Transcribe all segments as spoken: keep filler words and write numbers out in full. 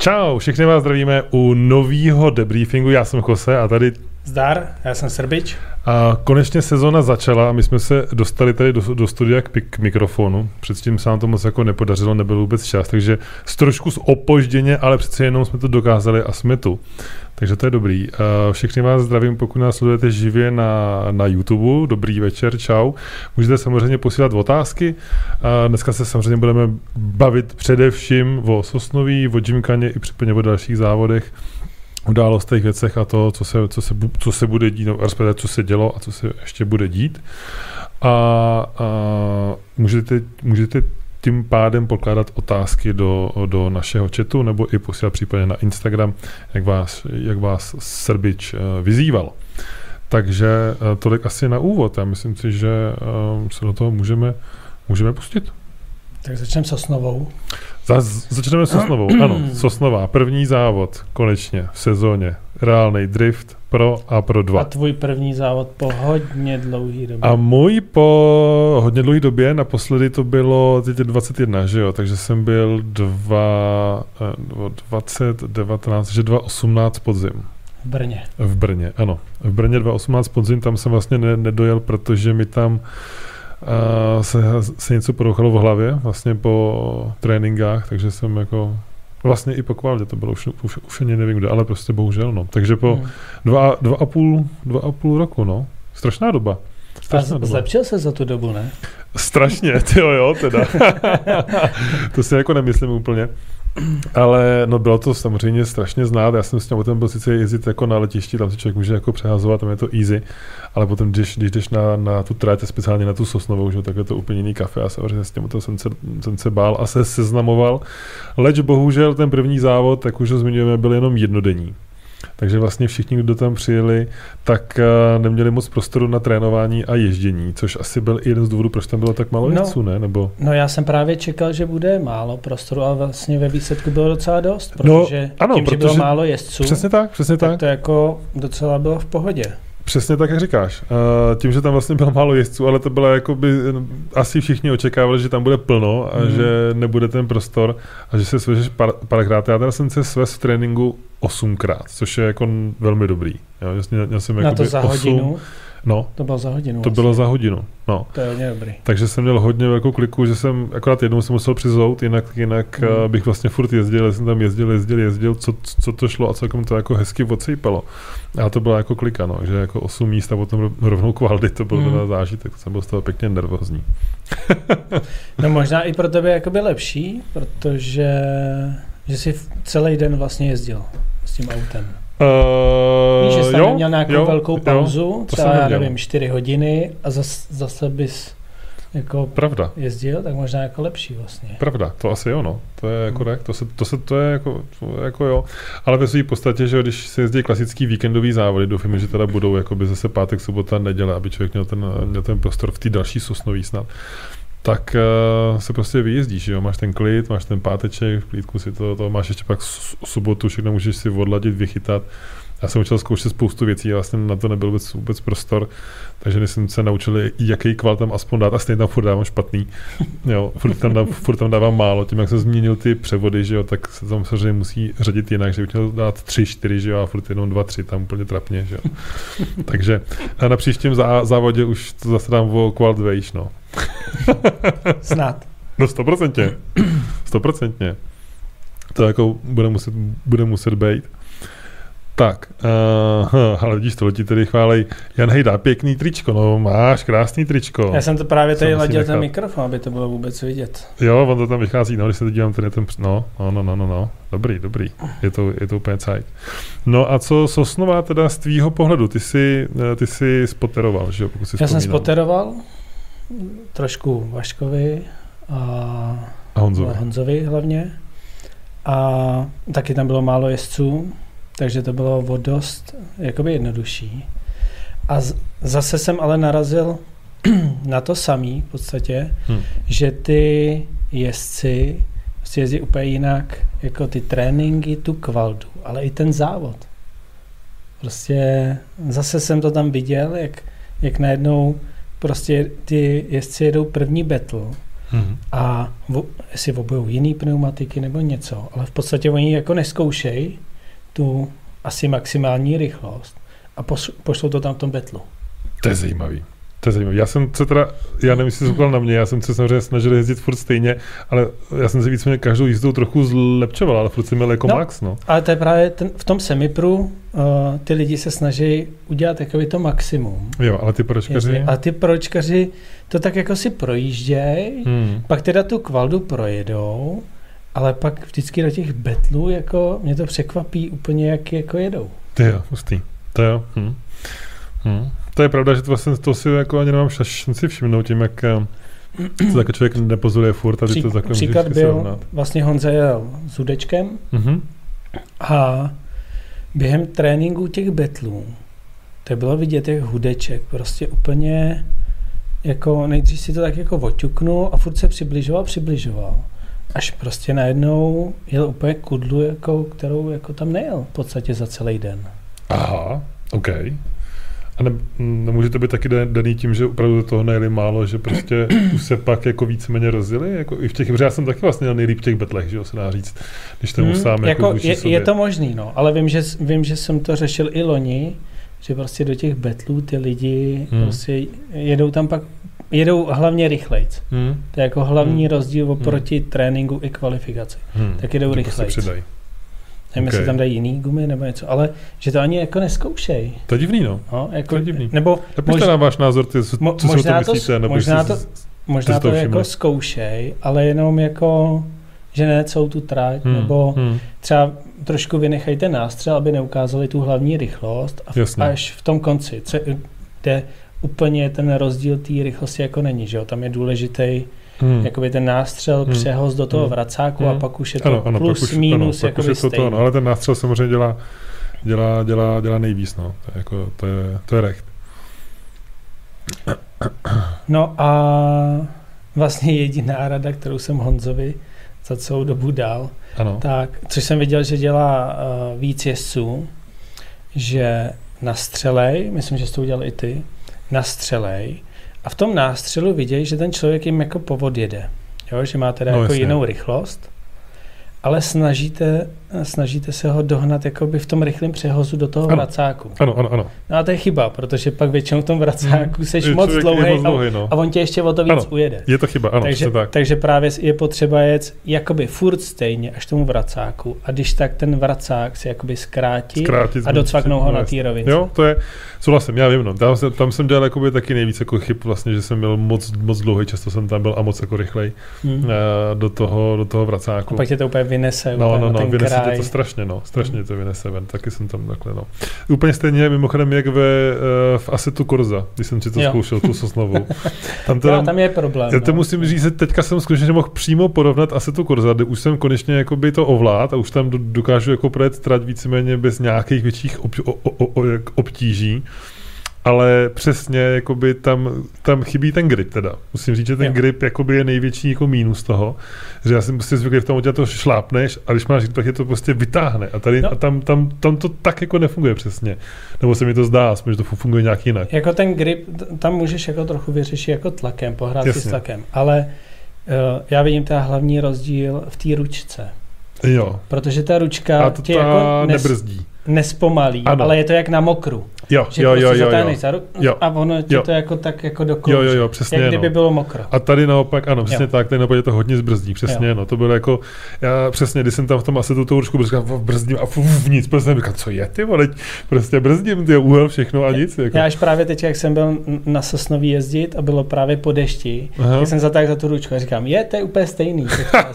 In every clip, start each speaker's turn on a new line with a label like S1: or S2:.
S1: Čau, všichni vás zdravíme u novýho debriefingu, já jsem Jose a tady...
S2: Zdar, já jsem Srbič.
S1: A konečně sezóna začala a my jsme se dostali tady do, do studia k, k mikrofonu. Předtím se nám to moc jako nepodařilo, nebyl vůbec čas, takže s trošku opožděně, ale přece jenom jsme to dokázali a jsme tu. Takže to je dobrý. Všichni vás zdravím, pokud nás sledujete živě na, na YouTube. Dobrý večer, čau. Můžete samozřejmě posílat otázky. Dneska se samozřejmě budeme bavit především o Sosnoví, o Gymkhaně i případně o dalších závodech, událostech, věcech a to, co se, co se, co se bude dít, no, respektive co se dělo a co se ještě bude dít. A, a můžete, můžete tím pádem pokládat otázky do, do našeho chatu nebo i posílat případně na Instagram, jak vás, jak vás Srbič vyzýval. Takže tolik asi na úvod. Já myslím si, že se do toho můžeme, můžeme pustit.
S2: Tak začneme Sosnovou.
S1: Zas, začneme Sosnovou, ano, Sosnová, první závod, konečně v sezóně, reálnej drift pro a pro dva.
S2: A tvůj první závod po hodně dlouhý době.
S1: A můj po hodně dlouhé době, naposledy to bylo teď dvacet jedna, že jo, takže jsem byl dva, dvacet devatenáct, že dva osmnáct podzim.
S2: V Brně.
S1: V Brně, ano. V Brně dva osmnáct podzim, tam jsem vlastně ne, nedojel, protože mi tam Uh, se, se něco porouchalo v hlavě vlastně po tréninkách, takže jsem jako vlastně i po kvalitě to bylo už, už, už ani nevím kde, ale prostě bohužel no. Takže po hmm. dva, dva, a půl, dva a půl roku, no. Strašná doba. Strašná
S2: a
S1: doba.
S2: Zlepšil se za tu dobu, ne?
S1: Strašně, tyjo, jo, teda. To si jako nemyslím úplně. Ale no bylo to samozřejmě strašně znát, já jsem s tím potom byl sice jezdit jako na letišti, tam si člověk může jako přehazovat, tam je to easy, ale potom, když, když jdeš na, na tu trať, speciálně na tu Sosnovou, že, tak je to úplně jiný kafe a samozřejmě s tím jsem se, jsem se bál a se seznamoval. Leč bohužel ten první závod, tak už ho zmiňujeme, byl jenom jednodenní. Takže vlastně všichni, kdo tam přijeli, tak uh, neměli moc prostoru na trénování a ježdění, což asi byl jeden z důvodů, proč tam bylo tak málo jezdců,
S2: no,
S1: ne? Nebo...
S2: No já jsem právě čekal, že bude málo prostoru, ale vlastně ve výsledku bylo docela dost, protože no, ano, tím, protože že bylo málo jezdců,
S1: přesně tak, přesně tak,
S2: tak to jako docela bylo v pohodě.
S1: Přesně tak, jak říkáš. Tím, že tam vlastně bylo málo jezdců, ale to bylo jakoby, asi všichni očekávali, že tam bude plno a mm. že nebude ten prostor a že se svežeš pár, párkrát. Já teda jsem se svez v tréninku osmkrát, což je jako velmi dobrý. Jo, já jsem
S2: na to za osm, hodinu?
S1: No.
S2: To bylo za hodinu.
S1: To vlastně. bylo za hodinu, no.
S2: To je hodně dobrý.
S1: Takže jsem měl hodně velkou kliku, že jsem akorát jednou jsem musel přizout, jinak, jinak mm. bych vlastně furt jezdil, jsem tam jezdil, jezdil, jezdil, co, co to šlo a celkem to jako hezky odsejpalo. A to byla jako klika, no, že jako osm míst a potom rovnou kvality, to byl mm. teda zážitek, to jsem byl z toho pěkně nervózní.
S2: No možná i pro tebe jakoby lepší, protože že jsi celý den vlastně jezdil s tím autem.
S1: Uh,
S2: Víš, že jsi
S1: jo,
S2: neměl nějakou
S1: jo,
S2: velkou pauzu,
S1: jo,
S2: třeba já nevím, čtyři hodiny a zas, zase bys jako
S1: Pravda.
S2: jezdil, tak možná jako lepší vlastně.
S1: Pravda, to asi jo, no. To je jako hmm. to se, to se, to je jako, to je jako jo. Ale ve své podstatě, že když se jezdí klasický víkendový závody, doufám, že teda budou jakoby zase pátek, sobota, neděle, aby člověk měl ten, měl ten prostor v té další Sosnový snad. Tak uh, se prostě vyjezdíš, jo? Máš ten klid, máš ten páteček, v klídku si to, to máš ještě pak sobotu, všechno můžeš si odladit, vychytat. Já jsem učil zkoušet spoustu věcí, a vlastně na to nebyl vůbec, vůbec prostor, takže jsem se naučil, jaký kval tam aspoň dát a stejně tam furt dávám špatný. Jo, furt, tam dávám, furt tam dávám málo, tím jak jsem změnil ty převody, že jo, tak se tam samozřejmě musí řadit jinak, že bych měl dát tři, čtyři, že jo, a furt jenom dva, tři, tam úplně trapně, že jo. Takže a na příštím zá, závodě už to zase dám o kvalt vejš, no.
S2: Snad.
S1: No stoprocentně. Stoprocentně. To jako bude muset, bude muset být. Tak, uh, ale vidíš, to lidi tady chválej. Jan Hejda, pěkný tričko, no máš krásný tričko.
S2: Já jsem to právě tady ladil ten mikrofon, aby to bylo vůbec vidět.
S1: Jo, on to tam vychází, no, když se to dívám, ten, ten, no, no, no, no, no, dobrý, dobrý, je to, je to úplně cajt. No a co Sosnová teda z tvýho pohledu, ty jsi, ty jsi spoteroval, že jo, pokud si
S2: Já
S1: vzpomínám.
S2: jsem spoteroval, trošku Vaškovi a,
S1: a Honzovi.
S2: a Honzovi hlavně. A taky tam bylo málo jezdců, takže to bylo o dost jakoby jednodušší. A z, zase jsem ale narazil na to samý v podstatě, hmm. že ty jezdci prostě jezdí úplně jinak, jako ty tréninky, tu kvaldu, ale i ten závod. Prostě zase jsem to tam viděl, jak, jak najednou prostě ty jezdci jedou první battle Hmm. A v, jestli obujou jiný pneumatiky nebo něco, ale v podstatě oni jako neskoušej tu asi maximální rychlost a pošlou to tam v tom betlu.
S1: To je zajímavý. To je zajímavý. Já jsem se teda, já nevím, jestli jsi koukal na mě, já jsem se samozřejmě snažil jezdit furt stejně, ale já jsem si víceméně každou jízdou trochu zlepčoval, ale furt jsem měl jako no, max, no.
S2: Ale to je právě ten, v tom semipru uh, ty lidi se snaží udělat takový to maximum.
S1: Jo, ale ty pročkaři...
S2: A ty pročkaři to tak jako si projížděj, hmm. pak teda tu kvaldu projedou, ale pak vždycky do těch betlů, jako mě to překvapí úplně, jak jako jedou.
S1: Ty jo, hustý. To jo. Hm. Hm. To je pravda, že to, vlastně, to si jako ani nemám šanci všimnout tím, jak to takový člověk nepozoruje furt. A ty to takhle
S2: příklad byl, vlastně Honza jel s hudečkem mm-hmm. a během tréninku těch betlů to bylo vidět, jak hudeček prostě úplně jako nejdřív si to tak jako oťuknul a furt se přibližoval, přibližoval. Až prostě najednou jel úplně kudlu, jako, kterou jako tam nejel v podstatě za celý den.
S1: Aha, OK. A ne, nemůže to být taky daný tím, že opravdu toho nejeli málo, že prostě už se pak jako víceméně rozjeli? Jako i v těch, protože já jsem taky vlastně měl nejlíp v těch betlech, že jo, se dá říct, když tomu hmm, sám jako, jako
S2: je, je to možný, no, ale vím že, vím, že jsem to řešil i loni, že prostě do těch betlů ty lidi hmm. prostě jedou tam pak, jedou hlavně rychlejc. Hmm. To je jako hlavní hmm. rozdíl oproti hmm. tréninku i kvalifikaci. Hmm. Tak jedou rychlejc. Nevím, okay. jestli tam dají jiný gumy nebo něco, ale že to ani jako neskoušej.
S1: To je divný, no.
S2: no jako,
S1: to je divný.
S2: Nebo
S1: napište nám váš názor, ty, co,
S2: mo,
S1: co si o tom myslíte.
S2: To, možná to, si, možná to, to jako zkoušej, ale jenom jako, že necou tu trať, hmm, nebo hmm. třeba trošku vynechejte nástřel, aby neukázali tu hlavní rychlost a až v tom konci, kde úplně ten rozdíl té rychlosti jako není, že jo, tam je důležitý Hmm. jakoby ten nástřel hmm. přehoz do toho vracáku hmm. a pak už je to ano, ano, plus, už, minus, ano, jakoby stejný. To,
S1: no, ale ten nástřel samozřejmě dělá, dělá, dělá, dělá nejvíc, no. To je, jako, to je, to je recht.
S2: No a vlastně jediná rada, kterou jsem Honzovi za celou dobu dal, ano. tak, což jsem viděl, že dělá uh, víc jezdců, že nastřelej, myslím, že jsi to udělal i ty, nastřelej, a v tom nástřelu vidějí, že ten člověk jim jako povod jede. Jo? Že má teda no, jako jasně. jinou rychlost, ale snažíte, snažíte se ho dohnat jakoby v tom rychlém přehozu do toho ano. vracáku.
S1: Ano, ano, ano.
S2: No a to je chyba, protože pak většinou v tom vracáku seš je moc dlouhý a, no. a on tě ještě o to víc
S1: ano.
S2: ujede.
S1: Je to chyba, ano.
S2: Takže,
S1: tak.
S2: takže právě je potřeba jet jakoby furt stejně až tomu vracáku a když tak ten vracák si jakoby zkrátí, zkrátí a docvaknou ho na té rovince.
S1: Jo, to je, souhlasím, já vím, no. Tam, jsem, tam jsem dělal jakoby taky nejvíc jako chyb vlastně, že jsem byl moc, moc dlouhý, často jsem tam byl a moc jako rychlej hmm. do toho, do toho vracáku.
S2: A pak tě to úplně vynese.
S1: No, no, no, vynese
S2: tě
S1: to strašně, no, strašně to vynese ven, taky jsem tam takhle, no. Úplně stejně mimochodem jak ve, v Assetto Corsa, když jsem si to jo. zkoušel, tu Sosnovou. Tam, teda,
S2: já, tam je problém.
S1: Já to
S2: no.
S1: musím říct, teďka jsem skutečně mohl přímo porovnat Assetto Corsa, kde už jsem konečně jakoby to ovlád a už tam dokážu jako projet trať víceméně bez nějakých větších ob, o, o, o, obtíží. Ale přesně, jakoby tam, tam chybí ten grip teda. Musím říct, že ten jo. grip jakoby je největší jako mínus toho, že já jsem prostě zvyklý v tom, že to šlápneš a když máš grip, tak je to prostě vytáhne. A, tady, no. a tam, tam, tam to tak jako nefunguje přesně. Nebo se mi to zdá, že to funguje nějak jinak.
S2: Jako ten grip, tam můžeš jako trochu vyřešit jako tlakem, pohrát si s tlakem. Ale uh, já vidím ten hlavní rozdíl v té ručce.
S1: Jo.
S2: Protože ta ručka
S1: a to
S2: tě
S1: ta
S2: jako nes,
S1: nebrzdí.
S2: Nespomalí, ano. ale je to jak na mokru.
S1: Jo,
S2: že
S1: jo,
S2: prostě
S1: jo, jo,
S2: zatáhneš za ruku a ono ti to jako tak jako doklouží.
S1: Jo, jo, jo, přesně.
S2: Jak kdyby
S1: no.
S2: bylo mokro.
S1: A tady naopak, ano, přesně jo. tak, tady naopak je to hodně zbrzdí, přesně, jo. no, to bylo jako, já přesně, když jsem tam v tom Assettu tou ručku brzdím a fuf, nic, prostě jsem říkal, co je ty vole, prostě brzdím, ty úhel, všechno a nic. Jako.
S2: Já až právě teď, jak jsem byl na Sosnový jezdit a bylo právě po dešti, tak jsem zatáhl za tu ručku a říkám, je, to je úplně stejný.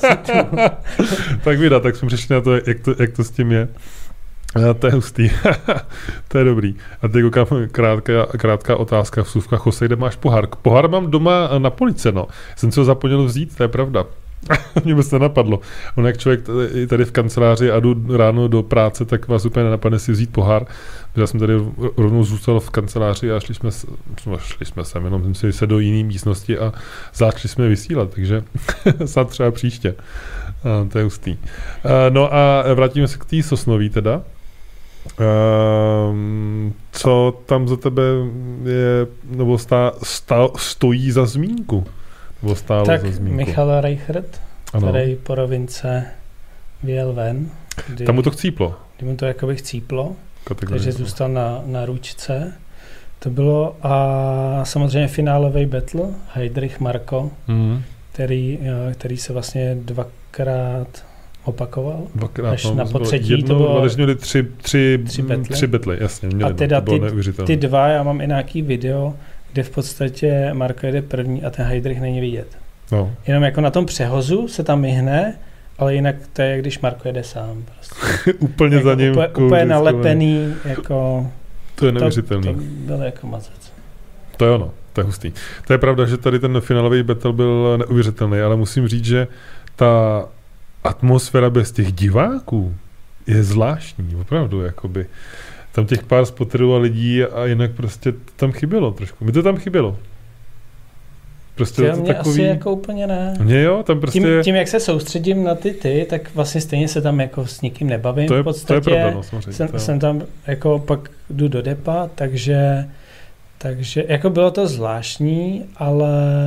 S1: Tak vyda, tak jsme přišli na to, jak to, jak to s tím je. A to je hustý. To je dobrý. A teď krátká, krátká otázka v suvkách. Jose, kde máš pohár? Pohár mám doma na police, no. Jsem si ho zapomněl vzít, to je pravda. Mě by se nenapadlo. On jak člověk tady v kanceláři a jdu ráno do práce, tak vás úplně nenapadne si vzít pohár. Já jsem tady rovnou zůstal v kanceláři a šli jsme, šli jsme sem, jenom jsme se do jiné místnosti a začali jsme vysílat, takže snad třeba příště. A to je hustý. A no a vrátíme se k té Sosnový teda. Um, co tam za tebe je, nebo stá, stá, stojí za zmínku Stálo
S2: tak
S1: za zmínku.
S2: Michal Reichert,
S1: ano.
S2: který po rovince vyjel ven. Kdy,
S1: Tam mu to chcíplo.
S2: Kdy mu to jakoby chcíplo,
S1: Kategorii.
S2: takže zůstal na, na ručce. To bylo a samozřejmě finálový battle Heidrich Marko,
S1: mm.
S2: který, který se vlastně dvakrát opakoval.
S1: Dvakrát,
S2: až
S1: no,
S2: na potřetí
S1: jedno,
S2: to bylo...
S1: měli tři, tři,
S2: tři betly.
S1: Tři betly, jasně. Měli,
S2: a teda
S1: no, to bylo
S2: ty, ty dva, já mám i nějaký video, kde v podstatě Marko jede první a ten Heidrich není vidět.
S1: No.
S2: Jenom jako na tom přehozu se tam myhne, ale jinak to je, když Marko jede sám. Prostě.
S1: úplně
S2: jako
S1: za ním.
S2: Úplně, úplně nalepený, jako...
S1: To je neuvěřitelný.
S2: To, to byl jako mazec.
S1: To je ono, to je hustý. To je pravda, že tady ten finálový battle byl neuvěřitelný, ale musím říct, že ta atmosféra bez těch diváků je zvláštní, opravdu, jakoby. Tam těch pár spotterů a lidí a jinak prostě tam chybělo trošku. Mi to tam chybělo. Prostě
S2: Mě,
S1: to
S2: mě
S1: takový...
S2: asi jako úplně ne.
S1: Mně jo, tam prostě...
S2: Tím, tím, jak se soustředím na ty ty, tak vlastně stejně se tam jako s nikým nebavím.
S1: To je,
S2: v podstatě
S1: to je pravda, no, samozřejmě.
S2: jsem,
S1: to
S2: jsem tam jako pak jdu do depa, takže, takže jako bylo to zvláštní, ale...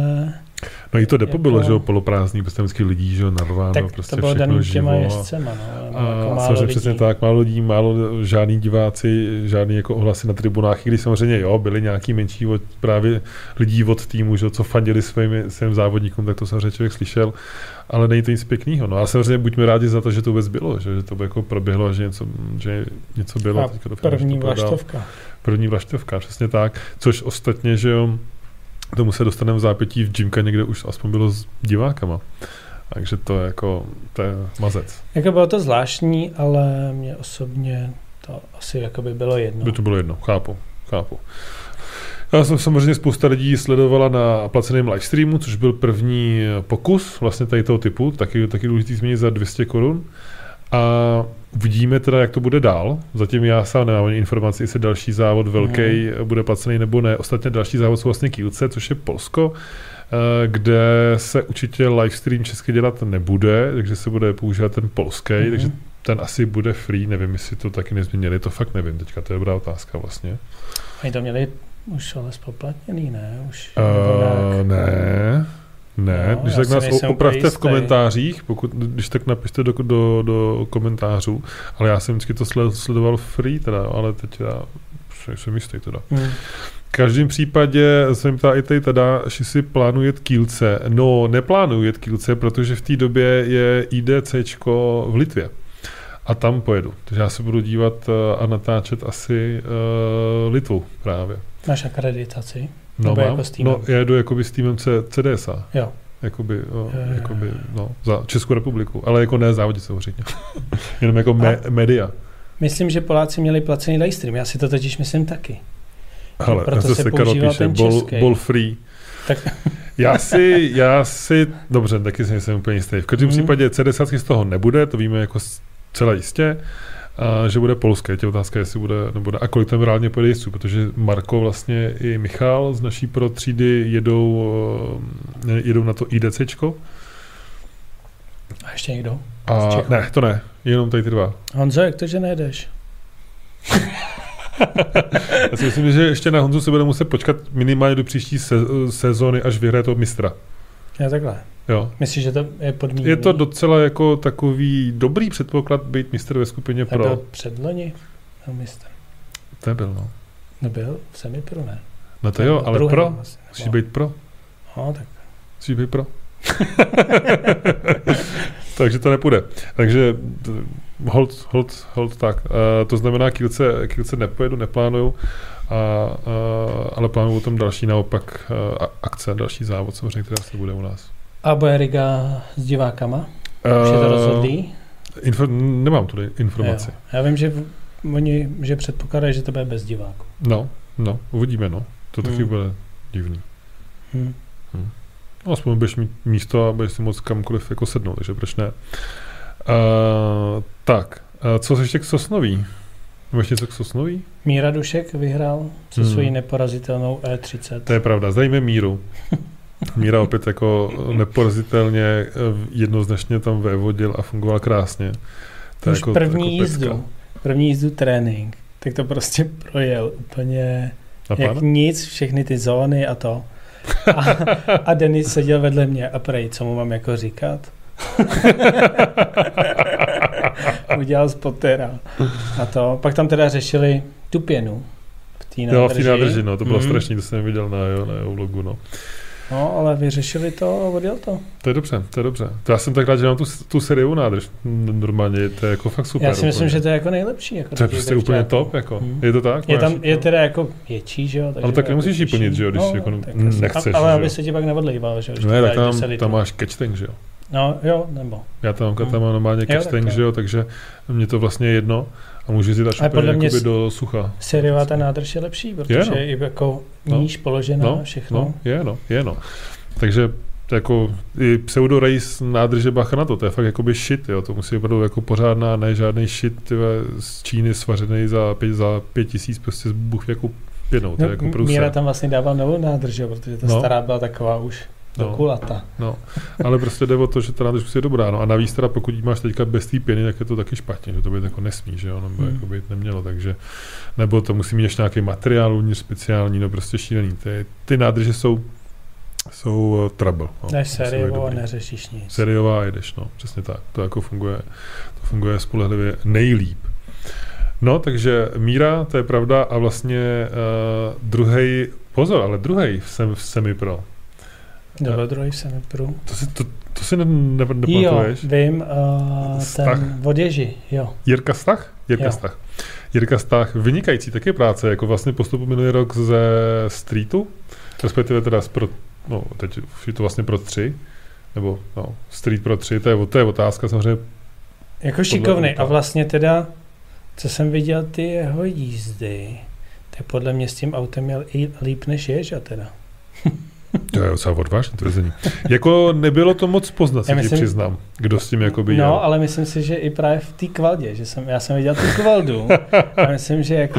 S1: No i to depo
S2: jako,
S1: bylo, že jo, poloprázdný, prostě vždycky lidí, že jo, narváno,
S2: tak
S1: prostě
S2: to bylo
S1: všechno
S2: daný
S1: živo.
S2: těma jezdcema, no.
S1: A
S2: Jako málo
S1: samozřejmě
S2: lidí.
S1: přesně tak, málo lidí, málo žádný diváci, žádný jako ohlasy na tribunách, i když samozřejmě jo, byli nějaký menší od, právě lidí od týmu, že, co fandili svým, svým závodníkům, tak to samozřejmě člověk slyšel, ale není to nic pěkného. No a samozřejmě buďme rádi za to, že to vůbec bylo, že, že to jako proběhlo, že něco, že něco bylo.
S2: A první vlaštovka.
S1: První vlaštovka, přesně tak, což ostatně, že jo, tomu se dostaneme v zápětí v Gymka někde už aspoň bylo s divákama. Takže to je jako, to je mazec.
S2: Jako bylo to zvláštní, ale mě osobně to asi jako by bylo jedno.
S1: By to bylo jedno, chápu, chápu. Já jsem samozřejmě spousta lidí sledovala na placeném livestreamu, což byl první pokus vlastně tady toho typu, taky, taky důležitý změnit za dvě stě korun. A uvidíme teda, jak to bude dál. Zatím já sám nemám informaci, jestli další závod velký mm. bude placený nebo ne. Ostatně další závod jsou vlastně Kielce, což je Polsko, kde se určitě livestream česky dělat nebude, takže se bude používat ten polský, mm. takže ten asi bude free. Nevím, jestli to taky nezměnili, to fakt nevím teďka, to je dobrá otázka vlastně.
S2: Oni to měli už ale spoplatněný, ne? Už
S1: uh, ne. Ne, no, když tak nás opravte v komentářích, pokud, když tak napište do, do, do komentářů, ale já jsem vždycky to sledoval free teda, ale teď já jsem jistý teda. Hmm. V každém případě se mi ptá i tady teda, že si plánuji jet Kielce. No, neplánuji jet Kielce, protože v té době je IDCčko v Litvě. A tam pojedu. Takže já se budu dívat a natáčet asi uh, Litvu právě.
S2: Máš akreditaci?
S1: No, mám,
S2: jako s týmem?
S1: No, já jedu jakoby s týmem C, CDSA.
S2: Jo.
S1: Jakoby, o,
S2: jo, jo,
S1: jakoby, no, za Českou republiku, ale jako ne závodit samozřejmě. Jenom jako me, média.
S2: Myslím, že Poláci měli placený livestream, já si to totiž myslím taky.
S1: Ale proto se používal ten ball, ball free. Tak. já si, já si, dobře, taky si nejsem úplně jistý. V každém mm. případě CDSA z toho nebude, to víme jako celé jistě. A že bude polské, tě otázka, jestli bude, nebude. A kolik tam reálně pojede jezdců, protože Marko vlastně i Michal z naší pro třídy jedou, jedou na to IDCčko.
S2: A ještě někdo?
S1: A ne, to ne, jenom tady ty dva.
S2: Honzo, jak to, že nejedeš?
S1: Já si myslím, že ještě na Honzu se bude muset počkat minimálně do příští se, sezóny, až vyhraje toho mistra.
S2: Já takhle.
S1: Jo.
S2: Myslíš, že to je podmíněný?
S1: Je to docela jako takový dobrý předpoklad být mistr ve skupině pro.
S2: Nebyl předloni? Byl mistr.
S1: Nebyl, no.
S2: Nebyl? V semipro, ne?
S1: No to jo, ale pro. Vlastně, musí být pro.
S2: No, tak.
S1: Musí být pro. Takže to nepůjde. Takže hold, hold, hold tak. Uh, to znamená, Kielce, Kielce nepojedu, neplánuju, a, uh, ale plánuju tam další naopak uh, akce, další závod, samozřejmě, která se bude u nás.
S2: A bude Riga s divákama? Už je to rozhodlý?
S1: Info- nemám tudy informaci.
S2: Jo. Já vím, že v, oni že předpokládají, že to bude bez diváků.
S1: No, no, uvidíme, no. To taky hmm. bude divný. Hmm. Hmm. No, aspoň budeš mít místo a budeš si moct kamkoliv jako sednout, takže proč ne. Uh, tak, uh, co ještě k Sosnoví? Máš něco k Sosnoví?
S2: Míra Dušek vyhrál se hmm. svojí neporazitelnou E třicet.
S1: To je pravda, zdajme Míru. Míra opět jako neporazitelně jednoznačně tam vévodil a fungoval krásně. To
S2: Už
S1: jako,
S2: první
S1: jako
S2: jízdu, první jízdu trénink, tak to prostě projel úplně jak nic, všechny ty zóny a to. A, a Denis seděl vedle mě a prej, co mu mám jako říkat? Udělal z Pottera. A to, pak tam teda řešili tu pěnu. V té nádrži.
S1: Jo, v té nádrži, no, to bylo
S2: mm.
S1: strašný, to jsem viděl na jeho, na jeho vlogu, no.
S2: No, ale vyřešili to a odjel to.
S1: To je dobře, to je dobře. To já jsem tak rád, že mám tu, tu seriovou nádrž. Normálně to je jako fakt super.
S2: Já si myslím,
S1: úplně.
S2: že to je jako nejlepší. Jako
S1: to je prostě úplně jako top, jako. Hmm. Je to tak?
S2: Je tam, je teda jako větší, že jo?
S1: Ale tak nemusíš ji plnit, že jo, když
S2: no,
S1: jako
S2: nechceš,
S1: nechceš.
S2: Ale aby se ti pak neodlejval, že jo?
S1: Ne, tak tam, tam máš catch tank, že jo?
S2: No, jo, nebo.
S1: Já tam, tam mám normálně catch tank, že jo, takže mě to vlastně je jedno. A můžu jít až úplně do sucha.
S2: Sériová ta nádrž je lepší, protože je, no. je jako níž no. položená
S1: no.
S2: všechno.
S1: No, je no, je no. Takže jako i pseudo race nádrže bacha na to, to je fakt jakoby shit, jo, to musí opravdu jako pořádná, ne žádný shit tyhle, z Číny svařený za pět, za pět tisíc prostě zbuch jako jednou, to je
S2: no,
S1: jako průser.
S2: Míra tam vlastně dával novou nádrž, jo, protože ta no. stará byla taková už do
S1: no.
S2: kulata.
S1: No, ale prostě jde o to, že ta nádrž je dobrá, no a navíc teda pokud máš teďka bez té pěny, tak je to taky špatně, že to být jako nesmí, že jo, nebo hmm. jako být nemělo, takže nebo to musí mít ještě nějaký materiál uvnitř speciální, no prostě šílený, ty, ty nádrže jsou jsou uh, trouble. No.
S2: Než sériovou a neřešíš nic.
S1: Sériová a jedeš, no, přesně tak. To jako funguje, to funguje spolehlivě nejlíp. No, takže míra, to je pravda a vlastně uh, druhej, pozor, ale druhej v, sem, v semipro.
S2: Dobro, druhý v semipro.
S1: To si, to, to si ne, ne, nepamatuješ?
S2: Jo, vím, uh, ten od Ježi, jo.
S1: Jirka Stach? Jirka jo. Stach. Jirka Stach, vynikající taky práce, jako vlastně postupu minulý rok ze Streetu, respektive teda z pro no, teď je to vlastně pro tři, nebo no, Street pro tři, to je, to je otázka samozřejmě.
S2: Jako šikovnej a vlastně teda, co jsem viděl ty jeho jízdy, tak podle mě s tím autem měl i líp než Ježa teda.
S1: To je docela odvážné tvrzení. Jako nebylo to moc poznat, si ti přiznám, kdo s tím jakoby jel.
S2: No, ale myslím si, že i právě v té kvaldě, že jsem, já jsem viděl tu kvaldu a myslím, že jako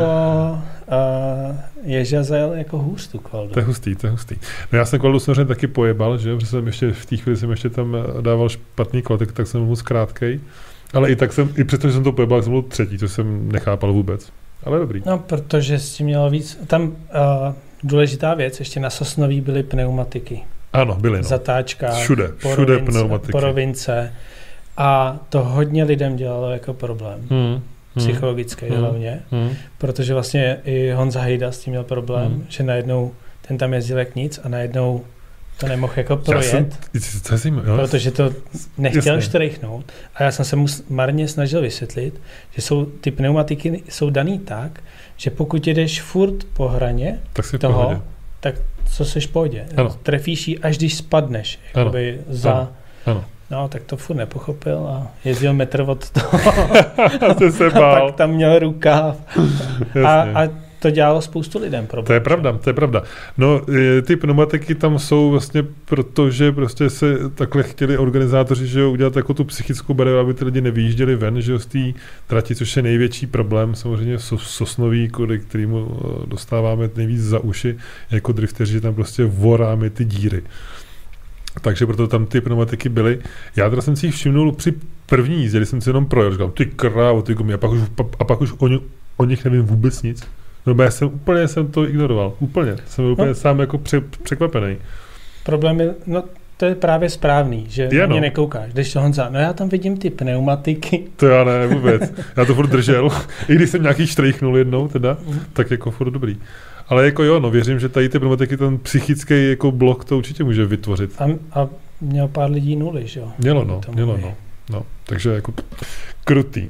S2: uh, Ježa zajel jako hůř tu kvaldu.
S1: To je hustý, to je hustý. No já jsem kvaldu samozřejmě taky pojebal, že protože jsem ještě v té chvíli jsem ještě tam dával špatný kvalitek, tak jsem byl krátkej. Ale i tak jsem, i přesto, že jsem to pojebal, jsem byl třetí, což jsem nechápal vůbec. Ale dobrý.
S2: No, protože s tím mělo víc, tam uh, důležitá věc, ještě na Sosnový byly pneumatiky.
S1: Ano, byly, no.
S2: Zatáčka,
S1: všude, všude pneumatiky.
S2: Porovince. A to hodně lidem dělalo jako problém. Hmm. Psychologický hmm. hlavně. Hmm. Protože vlastně i Honza Hejda s tím měl problém, hmm. že najednou ten tam jezdil jak nic a najednou to nemohl jako projet,
S1: jsem, jsem, jo,
S2: protože to nechtěl štrejchnout. A já jsem se mu marně snažil vysvětlit, že jsou ty pneumatiky jsou daný tak, že pokud jedeš furt po hraně
S1: tak
S2: toho,
S1: pohodě.
S2: tak co seš v pohodě. Trefíš ji, až když spadneš. Jakoby za,
S1: ano. Ano.
S2: No, tak to furt nepochopil a jezdil metr od toho.
S1: a, se
S2: a pak tam měl rukáv. a, a to dělalo spoustu lidem problém.
S1: To je pravda, to je pravda. No, ty pneumatiky tam jsou vlastně proto, že prostě se takhle chtěli organizátoři, že jo, udělat jako tu psychickou bariéru, aby ty lidi nevyjížděli ven, že jo, z té trati, což je největší problém, samozřejmě Sosnový, kvůli kterému dostáváme nejvíc za uši, jako drifteři, že tam prostě voráme ty díry. Takže proto tam ty pneumatiky byly. Já teda jsem si jich všimnul při první jízdě, když jsem si jenom projel, říkám, ty krávo, ty gumy, a pak už, a pak už o, o nich nevím vůbec nic. No, já jsem úplně jsem to ignoroval. Úplně. Jsem úplně no. sám jako pře, překvapený.
S2: Problém je, no to je právě správný, že
S1: je,
S2: na mě
S1: no.
S2: nekoukáš. Když to Honza, no já tam vidím ty pneumatiky.
S1: To já ne, vůbec. Já to furt držel. I když jsem nějaký štrejchnul jednou teda, mm. tak jako furt dobrý. Ale jako jo, no věřím, že tady ty pneumatiky, ten psychický jako blok to určitě může vytvořit.
S2: A, a měl pár lidí nuly, že jo?
S1: Mělo, no. Mělo, no. no. Takže jako krutý.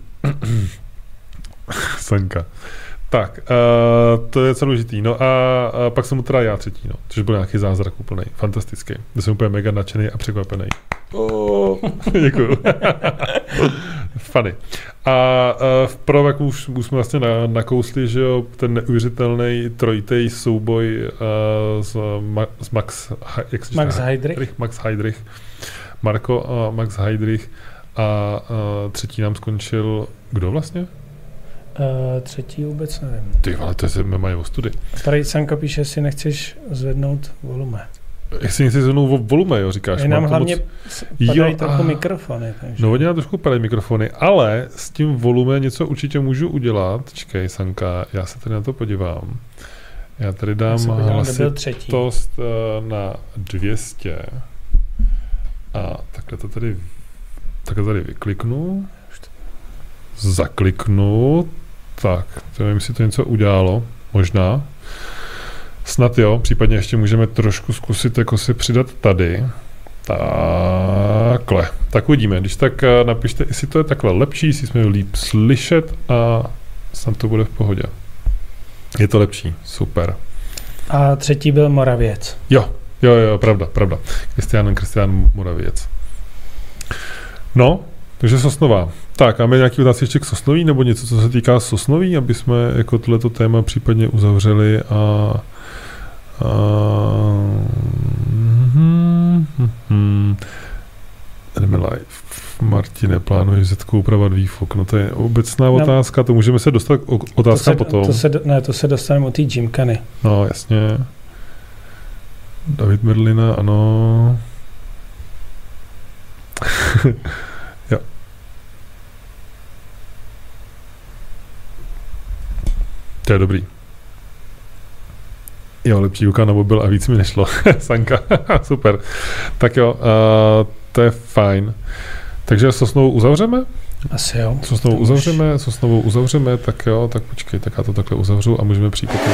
S1: Sanka. Tak, uh, to je celý důležitý. No a, a pak jsem mu teda já třetí, no. Což byl nějaký zázrak úplnej, fantastický. Kde jsem úplně mega nadšený a překvapený. Oh, děkuju. Funny. A uh, v pro, jak už, už jsme vlastně na, nakousli, že jo, ten neuvěřitelný trojitej souboj uh, s, Ma, s Max, jak se
S2: Max Heidrich.
S1: Max Heidrich. Marko a Max Heidrich. A uh, třetí nám skončil, kdo vlastně?
S2: Uh, třetí vůbec nevím.
S1: Ty vole, to se mají o studi.
S2: Tady Sanka píše, jestli nechceš zvednout volume.
S1: Jestli nechceš zvednout volume, jo, říkáš.
S2: Je nám hlavně moc... padají
S1: jo,
S2: trochu
S1: a...
S2: mikrofony. Takže...
S1: No, hodně nám trošku padají mikrofony, ale s tím volume něco určitě můžu udělat. Čekej, Sanka, já se tady na to podívám. Já tady dám hlasitost na dvě stě a takhle to tady, takhle tady vykliknu, zakliknu, tak, to nevím, jestli to něco udělalo, možná. Snad jo, případně ještě můžeme trošku zkusit jako si přidat tady. Takhle. Tak uvidíme. Když tak napište, jestli to je takhle lepší, jestli jsme líp slyšet a snad to bude v pohodě. Je to lepší. Super.
S2: A třetí byl Moravěc.
S1: Jo, jo, jo, pravda, pravda. Kristián, Kristián Moravěc. No, takže Sosnová. Tak, máme nějaký otázky ještě k Sosnoví, nebo něco, co se týká Sosnoví, aby jsme jako tohleto téma případně uzavřeli a jdeme live. Martine, plánuješ zetkou upravovat výfuk? No to je obecná no, otázka, to můžeme se dostat k otázkám potom.
S2: To se, ne, to se dostaneme u té gymkany.
S1: No, jasně. David Merlina, ano. Jo. To je dobrý. Jo, lepší ruka na mobil a víc mi nešlo. Sanka, super. Tak jo, uh, to je fajn. Takže Sosnovou uzavřeme?
S2: Asi jo.
S1: Sosnovou uzavřeme, Sosnovou uzavřeme, tak jo, tak počkej, tak já to takhle uzavřu a můžeme přijít potom.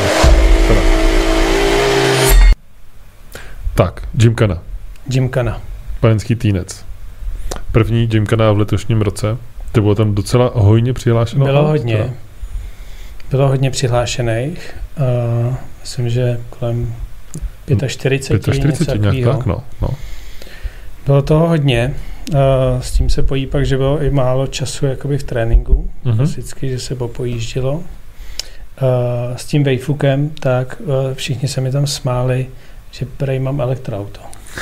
S1: Tak, gymkana.
S2: Gymkana.
S1: Panenský týnec. První gymkana v letošním roce. To bylo tam docela hojně přihlášeno.
S2: Bylo hodně. Teda. Bylo hodně přihlášených. Uh, myslím, že kolem čtyřicet pět,
S1: čtyřicet pět nějak tak, no, no.
S2: Bylo toho hodně. Uh, s tím se pojí pak, že bylo i málo času jakoby v tréninku. Uh-huh. Klasicky, že se popojíždělo. Uh, s tím vejfukem, tak uh, všichni se mi tam smáli, že prej mám elektroauto.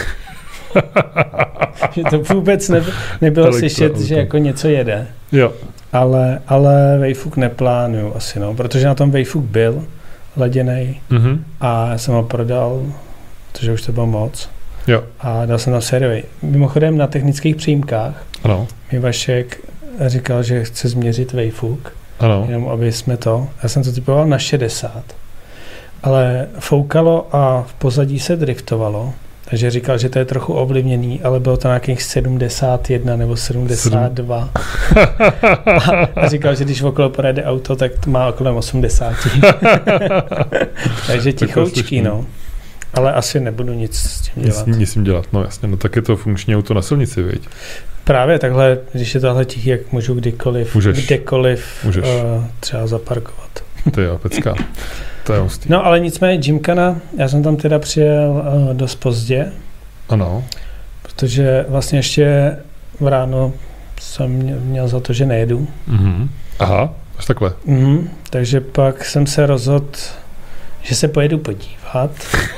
S2: Že to vůbec ne, nebylo slyšet, že jako něco jede.
S1: Jo.
S2: Ale, ale vejfuk neplánuju asi, no, protože na tom vejfuk byl laděnej mm-hmm. a já jsem ho prodal, protože už to bylo moc.
S1: Jo.
S2: A dal jsem tam sériový. Mimochodem na technických přímkách
S1: ano.
S2: mi Vašek říkal, že chce změřit vejfuk,
S1: ano.
S2: jenom aby jsme to, já jsem to typoval na šedesát, ale foukalo a v pozadí se driftovalo. Takže říkal, že to je trochu ovlivněný, ale bylo to nějakých sedmdesát jedna nebo sedmdesát dva. a, a říkal, že když okolo projede auto, tak to má okolo osmdesát. Takže tichoučký, no. Ale asi nebudu nic s tím dělat.
S1: Nic, nic s tím dělat, no jasně. No tak je to funkční auto na silnici, viď?
S2: Právě takhle, když je tohle tichý, jak můžu kdykoliv,
S1: Můžeš.
S2: kdekoliv
S1: Můžeš.
S2: Uh, třeba zaparkovat.
S1: To je pecka. To je hustý.
S2: No ale nicméně gymkana, já jsem tam teda přijel uh, dost pozdě.
S1: Ano.
S2: Protože vlastně ještě v ráno jsem měl za to, že nejedu.
S1: Mm-hmm. Aha, až takhle.
S2: Mm-hmm. Takže pak jsem se rozhodl, že se pojedu podívat.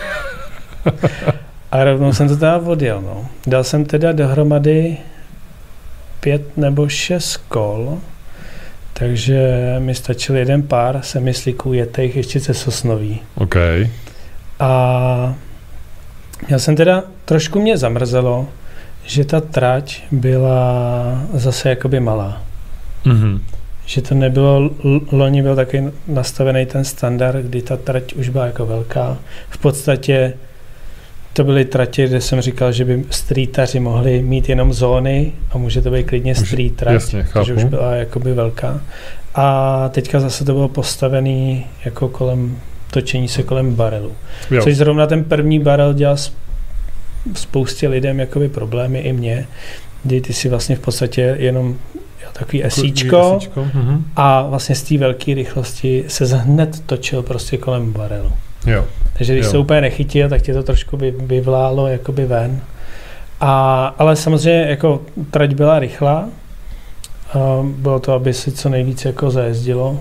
S2: A rovnou jsem to teda odjel. No. Dal jsem teda dohromady pět nebo šest kol, takže mi stačil jeden pár semislíků jetejch ještě ze Sosnoví.
S1: OK.
S2: A já jsem teda, trošku mě zamrzelo, že ta trať byla zase jakoby malá.
S1: Mm-hmm. Že
S2: to nebylo, loni byl taky nastavený ten standard, kdy ta trať už byla jako velká. V podstatě to byly tratě, kde jsem říkal, že by streetaři mohli mít jenom zóny a může to být klidně street trať, protože už byla jakoby velká. A teďka zase to bylo postavený jako kolem, točení se kolem barelu. Jo. Což zrovna ten první barel dělal spoustě lidem jakoby problémy, i mě, kdy ty si vlastně v podstatě jenom takový esíčko a vlastně z té velké rychlosti se hned točil prostě kolem barelu.
S1: Jo.
S2: Takže když
S1: jo.
S2: se úplně nechytil, tak tě to trošku vy, vyvlálo jakoby ven. A, ale samozřejmě jako trať byla rychlá. A bylo to, aby si co nejvíc jako zajezdilo.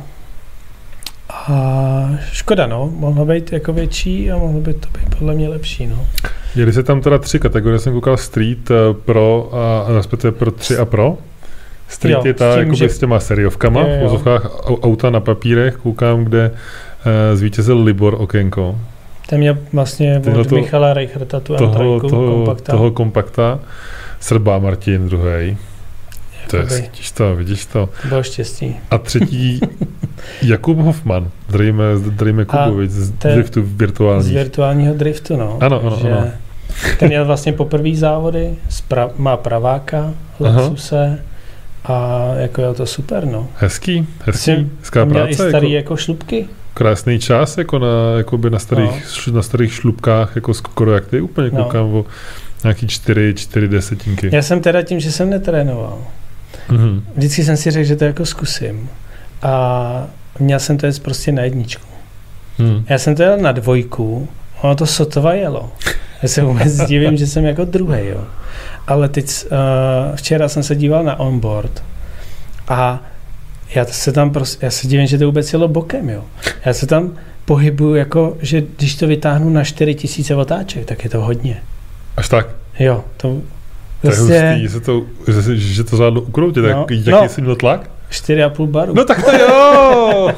S2: A škoda, no. Mohlo být jako větší a mohlo by to být podle mě lepší, no.
S1: Jeli se tam teda tři kategorie, jsem koukal Street, Pro a respektive Pro tři a Pro. Street jo, je ta tím, jakoby s těma seriovkama, v vozovkách auta na papírech, koukám, kde uh, zvítězil Libor Okénko.
S2: Ten měl vlastně od to, Michala Reicherta tu
S1: toho,
S2: M tři,
S1: toho,
S2: kompakta.
S1: Toho kompakta. Srbá Martin druhý. To je, vidíš to, vidíš to.
S2: Bylo štěstí.
S1: A třetí Jakub Hoffman. Zdravíme, zdravíme Kubu, víc, z driftu virtuálních.
S2: Z virtuálního driftu, no.
S1: Ano, ano,
S2: že
S1: ano.
S2: ten jel vlastně poprvý závody, pra, má praváka, Lexuse a jako je to super, no.
S1: Hezký, hezký,
S2: Myslím,
S1: hezká
S2: měl
S1: práce.
S2: i starý
S1: jako,
S2: jako šlupky.
S1: krásný čas, jako na, jakoby na, starých, no. na starých šlupkách, jako skoro jak ty, úplně
S2: No.
S1: koukám o nějaký čtyři, čtyři desetinky.
S2: Já jsem teda tím, že jsem netrénoval.
S1: Mhm.
S2: Vždycky jsem si řekl, že to jako zkusím. A měl jsem to jet prostě na jedničku.
S1: Mhm.
S2: Já jsem to jel na dvojku, ono to sotva jelo. Já se vůbec divím, že jsem jako druhý, jo. Ale teď, uh, včera jsem se díval na onboard a já se tam prostě, já se divím, že to vůbec jelo bokem, jo. Já se tam pohybuju jako, že když to vytáhnu na čtyři tisíce otáček, tak je to hodně.
S1: Až tak?
S2: Jo, to
S1: To je
S2: prostě
S1: hustý, že to, že, že to zvládlo ukroutit, tak
S2: No,
S1: jaký
S2: no.
S1: jsi měl tlak?
S2: čtyři a půl baru.
S1: No tak to jo!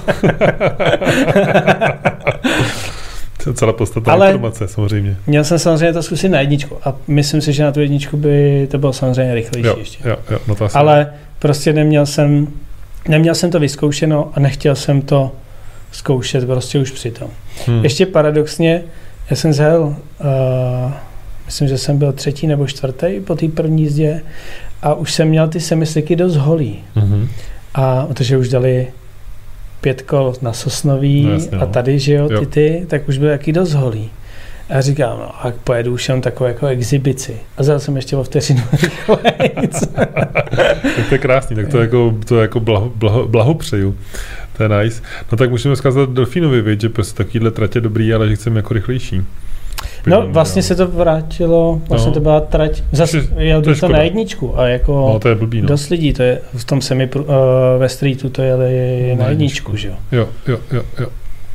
S1: To je celá podstatná
S2: Ale-
S1: informace, samozřejmě.
S2: Měl jsem samozřejmě to zkusit na jedničku a myslím si, že na tu jedničku by to bylo samozřejmě rychlejší
S1: Jo,
S2: ještě.
S1: jo, jo, no to asi.
S2: Ale prostě neměl jsem, neměl jsem to vyzkoušeno a nechtěl jsem to zkoušet prostě už přitom.
S1: Hmm.
S2: Ještě paradoxně, já jsem zjel, uh, myslím, že jsem byl třetí nebo čtvrtý po té první jízdě a už jsem měl ty semisliky dost holý.
S1: Mhm.
S2: A protože už dali pět kol na Sosnový
S1: No jasně,
S2: a
S1: no.
S2: tady, že jo,
S1: Jo.
S2: ty ty, tak už byl jaký dost holý. A já říkám, no a pojedu už jenom takovou jako exibici. A zjel jsem ještě o vteřinu rychlejc.
S1: Tak to je krásný, tak to je jako, to je jako blaho, blaho, blahopřeju. To je nice. No tak můžeme zkázat Delfínovi, věď, že prostě takovýhle tratě dobrý, ale že chceme jako rychlejší.
S2: No vlastně se to vrátilo, vlastně
S1: No.
S2: to byla trať, zase
S1: To je-
S2: jel
S1: to je
S2: bych to
S1: škoda.
S2: na jedničku a jako
S1: No to je blbý, no.
S2: dost lidí, to je v tom semi uh, ve streetu to jeli
S1: Na
S2: na
S1: jedničku.
S2: jedničku, že jo.
S1: Jo, jo, jo, jo.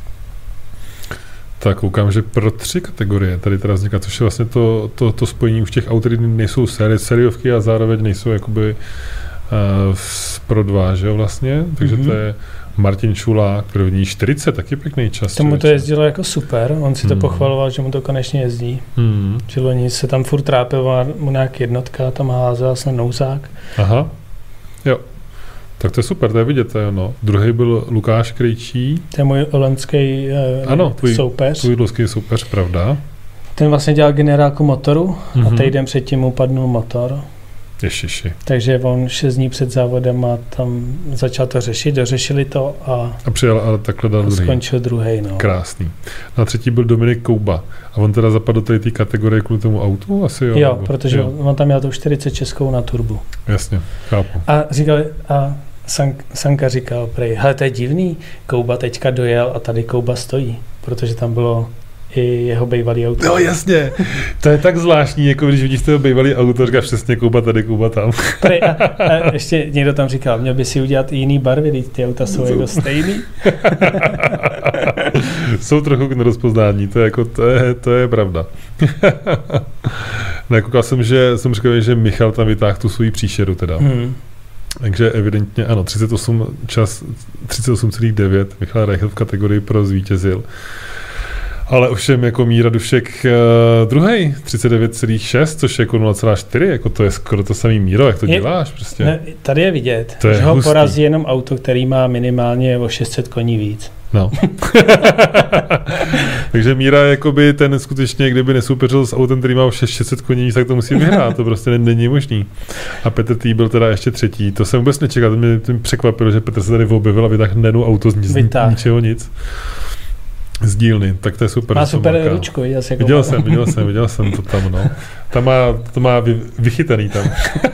S1: Tak koukám, že pro tři kategorie tady teda vzniká, což je vlastně to, to, to spojení už těch aut, které nejsou série, sériovky a zároveň nejsou jakoby uh, pro dva, že jo vlastně, takže
S2: Mhm.
S1: to je Martin Čulák, první čtyřicet, taky pěkný čas.
S2: Tomu to
S1: člověče.
S2: jezdilo jako super, on si to
S1: Hmm.
S2: pochvaloval, že mu to konečně jezdí.
S1: Hmm.
S2: Že loni se tam furt trápil, má mu nějak jednotka, tam házel vlastně nouzák.
S1: Aha, jo. Tak to je super, to je vidět, to je ono. Druhý byl Lukáš Krejčí,
S2: To je můj loňský uh,
S1: Ano, tvůj-
S2: soupeř.
S1: tvůj luský soupeř, pravda?
S2: Ten vlastně dělal generálku motoru
S1: Mhm.
S2: a týden předtím mu padnul motor.
S1: Ježiši.
S2: Takže on šest dní před závodem a tam začal to řešit, dořešili to a,
S1: A přijel ale takhle dal
S2: a
S1: druhý.
S2: skončil druhý. No.
S1: Krásný. Na třetí byl Dominik Kouba. A on teda zapadl tady té kategorie kvůli tomu autu? Asi jo.
S2: Jo,
S1: nebo-
S2: protože
S1: jo.
S2: on tam měl tu čtyřicet českou na turbu.
S1: Jasně, chápu.
S2: A říkali, a Sank, Sanka říkal prej, hele, to je divný, Kouba teďka dojel a tady Kouba stojí, protože tam bylo i jeho bývalý auto.
S1: No jasně, to je tak zvláštní, jako když vidíš toho bývalý auto, říkáš přesně Kouba tady, Kouba tam.
S2: Prej, a, a ještě někdo tam říkal, měl by si udělat i jiný barvy, teď ty auta jsou jako stejný.
S1: Jsou trochu k nerozpoznání, to je, jako, to je, to je pravda. No, koukal jsem, že jsem říkal, že Michal tam vytáhl tu svou příšeru teda.
S2: Hmm.
S1: Takže evidentně ano, třicet osm čas, třicet osm celá devět Michal Reichl v kategorii pro zvítězil. Ale ovšem jako Míra Dušek uh, druhý, třicet devět celá šest, což je jako nula celá čtyři, jako to je skoro to samý Míro, jak to
S2: Je-
S1: děláš prostě.
S2: Ne, tady je vidět,
S1: To je
S2: že ho
S1: hustý.
S2: porazí jenom auto, který má minimálně o šest set koní víc.
S1: No. Takže Míra jakoby ten skutečně, kdyby nesoupeřil s autem, který má šest set koní, tak to musí vyhrát, to prostě ne- není možný. A Petr Tý byl teda ještě třetí, to jsem vůbec nečekal, to mě, to mě překvapilo, že Petr se tady objevil a vytáhl nenu auto z, z
S2: Vytáhl.
S1: ničeho nic. Z dílny, tak to je super.
S2: Má
S1: že to
S2: super
S1: Marka.
S2: ručku, viděl jsi, jako
S1: Viděl
S2: má-
S1: jsem, viděl jsem, viděl jsem to tam, no. Tam má, to má vy, vychytaný tam.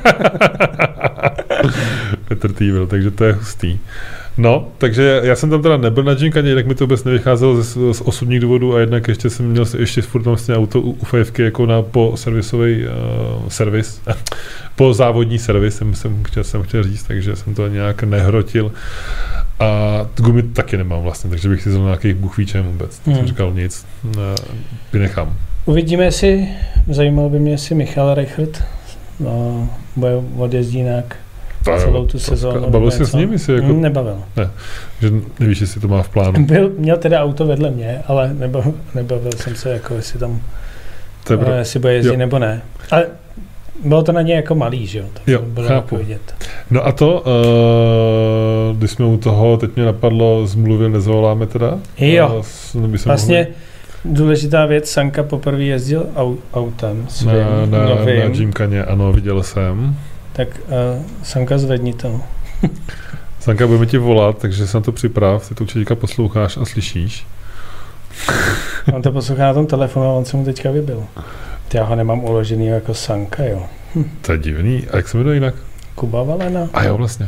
S1: Petr Tývel, takže to je hustý. No, takže já jsem tam teda nebyl na Ginkaně, jednak mi to vůbec nevycházelo z, z osobních důvodů a jednak ještě jsem měl ještě furt tam vlastně auto u, u Fajevky jako na po servisový uh, servis, po závodní servis jsem, jsem, chtěl, jsem chtěl říct, takže jsem to nějak nehrotil. A gumy taky nemám vlastně, takže bych si vzal nějakých buchvíčem vůbec. Hmm. Jsem říkal nic, ne, vynechám.
S2: Uvidíme, jestli, zajímalo by mě, jestli Michal Reichert no, bude odjezdí nějak celou tu sezónu.
S1: A bavil jsi s ním? Jestli jako,
S2: Mm, nebavil.
S1: ne, že nevíš, jestli to má v plánu.
S2: Byl, měl teda auto vedle mě, ale nebavil, nebavil jsem se, jako jestli tam,
S1: To je
S2: ale jestli bude jezdit
S1: Jo.
S2: nebo ne. Ale Bylo to na ně jako malý, že jo? To
S1: jo,
S2: bylo
S1: chápu.
S2: Vidět.
S1: No a to, uh, když jsme u toho, teď mě napadlo, zmluvil, nezavoláme teda?
S2: Jo,
S1: uh,
S2: vlastně mohli... důležitá věc, Sanka poprvé jezdil au, autem svým,
S1: na, na,
S2: novým.
S1: na Gymkaně, ano, viděl jsem.
S2: Tak uh, Sanka, zvedni to.
S1: Sanka, budeme ti volat, takže se na to připrav, ty to určitě posloucháš a slyšíš.
S2: On to poslouchá na tom telefonu a on se mu teďka vybil. Já ho nemám uložený jako Sanka, jo.
S1: Hm. To je divný. A jak se jmenuje jinak?
S2: Kuba Valena.
S1: A jo, vlastně.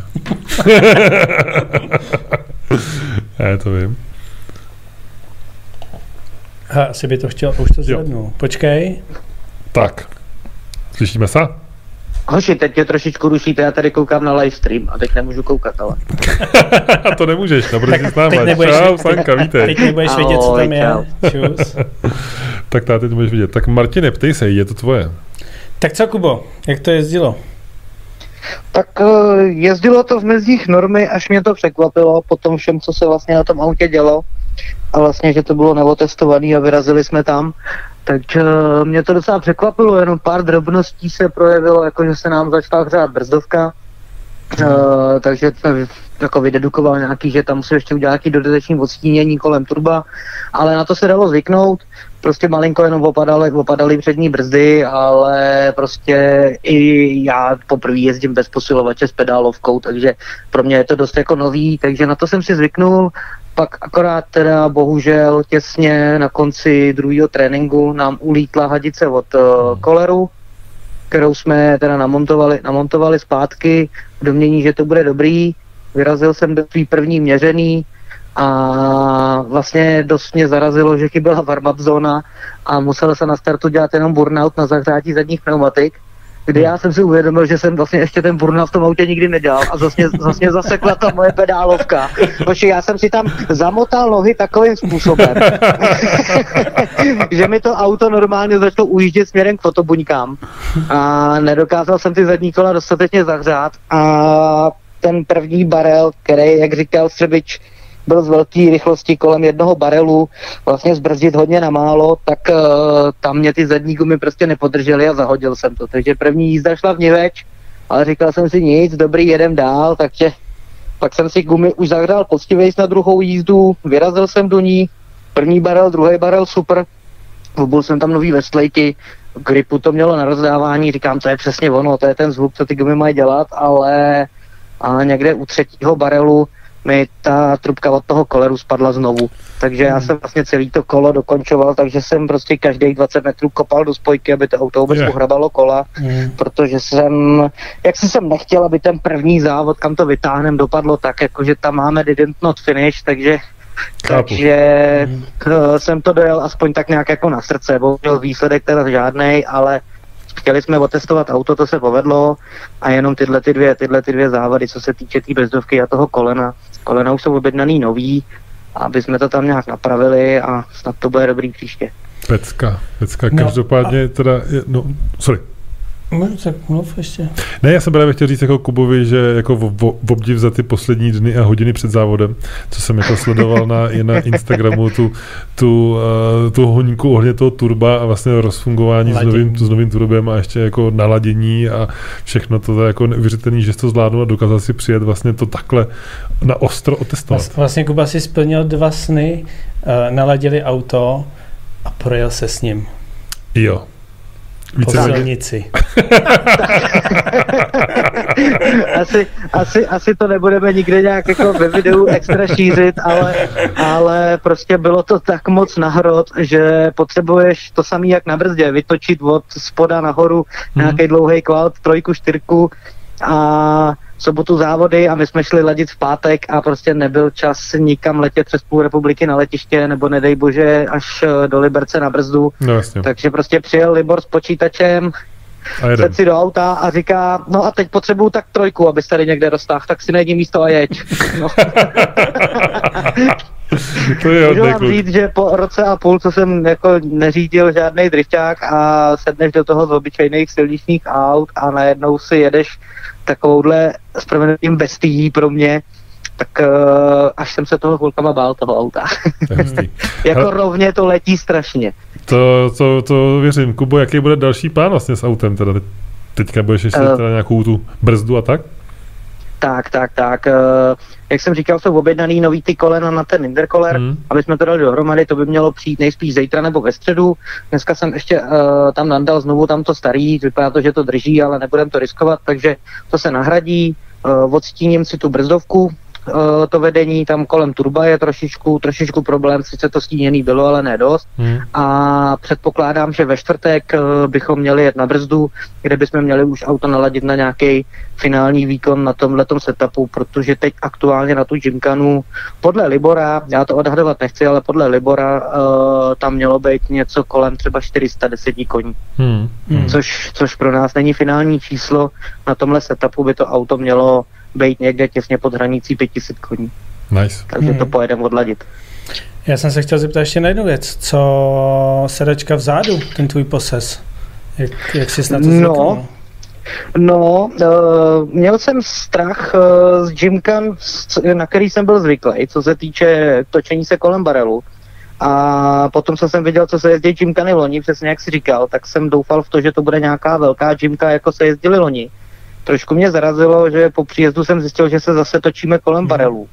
S1: Já to vím.
S2: A asi by to chtěl, už to zvednu. Počkej.
S1: Tak. Slyšíme se?
S3: Hoši, teď tě trošičku rušíte, já tady koukám na livestream a teď nemůžu koukat, ale.
S1: A to nemůžeš, no, protože jsi s náma.
S2: Nebudeš,
S1: čau, Sanka, vítej.
S2: Teď nebudeš
S3: Ahoj,
S2: vidět, co tam je.
S3: čau.
S2: Čus.
S1: Tak tady teď budeš vidět. Tak Martine, ptej se, je to tvoje.
S2: Tak co, Kubo, jak to jezdilo?
S3: Tak jezdilo to v mezích normy, až mě to překvapilo po tom všem, co se vlastně na tom autě dělo. A vlastně, že to bylo neotestovaný a vyrazili jsme tam. Takže mě to docela překvapilo, jenom pár drobností se projevilo, jako že se nám začala hřát brzdovka. Uh, takže jsme jako vydedukoval nějaký, že tam musí ještě udělat nějaký dodatečný odstínění kolem turba, ale na to se dalo zvyknout, prostě malinko jenom opadaly, opadaly přední brzdy, ale prostě i já poprvé jezdím bez posilovače s pedálovkou, takže pro mě je to dost jako nový, takže na to jsem si zvyknul. Pak akorát teda bohužel těsně na konci druhého tréninku nám ulítla hadice od uh, koleru, kterou jsme teda namontovali, namontovali zpátky v domnění, že to bude dobrý. Vyrazil jsem do svý první měřený a vlastně dost mě zarazilo, že chyběla warm-up zóna a musel se na startu dělat jenom burnout na zahřátí zadních pneumatik, kdy já jsem si uvědomil, že jsem vlastně ještě ten burnout v tom autě nikdy nedělal a vlastně, vlastně zasekla ta moje pedálovka. Protože já jsem si tam zamotal nohy takovým způsobem, že mi to auto normálně začalo ujíždět směrem k fotobuňkám a nedokázal jsem ty zadní kola dostatečně zahřát a ten první barel, který, jak říkal Střebič, byl z velké rychlosti kolem jednoho barelu, vlastně zbrzdit hodně na málo, tak uh, tam mě ty zadní gumy prostě nepodržely a zahodil jsem to. Takže první jízda šla vniveč, ale říkal jsem si nic, dobrý, jedem dál, takže pak jsem si gumy už zahřál poctivejc na druhou jízdu, vyrazil jsem do ní, první barel, druhý barel, super, vůbec jsem tam nový vestlejky, gripu to mělo na rozdávání, říkám, to je přesně ono, to je ten zvuk, co ty gumy mají dělat, ale a někde u třetího barelu mi ta trubka od toho koleru spadla znovu. Takže já jsem vlastně celý to kolo dokončoval, takže jsem prostě každých dvacet metrů kopal do spojky, aby to auto vůbec uhrabalo kola, mm. protože jsem, jak si jsem nechtěl, aby ten první závod, kam to vytáhnem, dopadlo tak, jakože tam máme didn't not finish, takže Chápu. takže mm. jsem to dojel aspoň tak nějak jako na srdce, bohužel výsledek teda žádnej, ale chtěli jsme otestovat auto, to se povedlo a jenom tyhle ty dvě, tyhle ty dvě závady, co se týče té tý brzdovky a toho kolena. Kolena už jsou objednaný nový, aby jsme to tam nějak napravili a snad to bude dobrý příště.
S1: Pecka, pecka, každopádně no a... teda, no, sorry.
S2: Můžu tak mluv ještě.
S1: Ne, já jsem právě chtěl říct jako Kubovi, že jako v, v obdiv za ty poslední dny a hodiny před závodem, co jsem jako sledoval na, i na Instagramu, tu, tu, uh, tu honíku ohledně toho turba a vlastně rozfungování s novým, s novým turbem a ještě jako naladění a všechno to je jako neuvěřitelný, že jsi to zvládnul a dokázal si přijet vlastně to takhle na ostro otestovat.
S2: Vlastně Kuba si splnil dva sny, uh, naladili auto a projel se s ním.
S1: Jo.
S2: Po silnici.
S3: asi, asi, asi to nebudeme nikde nějak jako ve videu extra šířit, ale, ale prostě bylo to tak moc nahrot, že potřebuješ to samé jak na brzdě, vytočit od spoda nahoru mm-hmm. nějaký dlouhý kvalt, trojku, čtyřku a sobotu závody a my jsme šli ladit v pátek a prostě nebyl čas nikam letět přes půl republiky na letiště, nebo nedej bože až do Liberce na brzdu.
S1: No, jasně.
S3: Takže prostě přijel Libor s počítačem, sedl si do auta a říká, no a teď potřebuju tak trojku, abys tady někde roztáhl, tak si najdi místo a jeď. No.
S1: To je
S3: Můžu vám říct, že po roce a půl, co jsem jako neřídil žádnej drifťák a sedneš do toho z obyčejných silničních aut a najednou si jedeš takovouhle s proměnutím bestií pro mě, tak uh, až jsem se toho chvilkama bál, toho auta. Jako Hele, rovně to letí strašně.
S1: To, to, to věřím. Kubo, jaký bude další plán vlastně s autem teda? teďka budeš ještě uh, teda nějakou tu brzdu a tak?
S3: Tak, tak, tak. Jak jsem říkal, jsou objednaný nový ty kolena na ten intercooler, hmm. aby jsme to dali dohromady, to by mělo přijít nejspíš zítra nebo ve středu. Dneska jsem ještě uh, tam nandal znovu tam to starý, vypadá to, že to drží, ale nebudem to riskovat, takže to se nahradí. Uh, odstíním si tu brzdovku, Uh, to vedení tam kolem turba je trošičku, trošičku problém, sice to stíněný bylo, ale ne dost. Hmm. A předpokládám, že ve čtvrtek uh, bychom měli jet na brzdu, kde bychom měli už auto naladit na nějaký finální výkon na tomhletom setupu, protože teď aktuálně na tu Gymkhanu podle Libora, já to odhadovat nechci, ale podle Libora uh, tam mělo být něco kolem třeba čtyři sta deset koní. Hmm. Hmm. Což, což pro nás není finální číslo, na tomhle setupu by to auto mělo být někde těsně pod hranicí pět set koní.
S1: Nice.
S3: Takže hmm. to pojedeme odladit.
S2: Já jsem se chtěl zeptat ještě na jednu věc. Co sedačka vzadu, ten tvůj poses? Jak, jak jsi na to zvyknul?
S3: No, no uh, měl jsem strach uh, z Gymkhan, na který jsem byl zvyklý, co se týče točení se kolem barelu. A potom, co jsem viděl, co se jezdí Gymkhany loni, přesně jak jsi říkal, tak jsem doufal v to, že to bude nějaká velká Gymka, jako se jezdili loni. Trošku mě zarazilo, že po příjezdu jsem zjistil, že se zase točíme kolem hmm. barelů.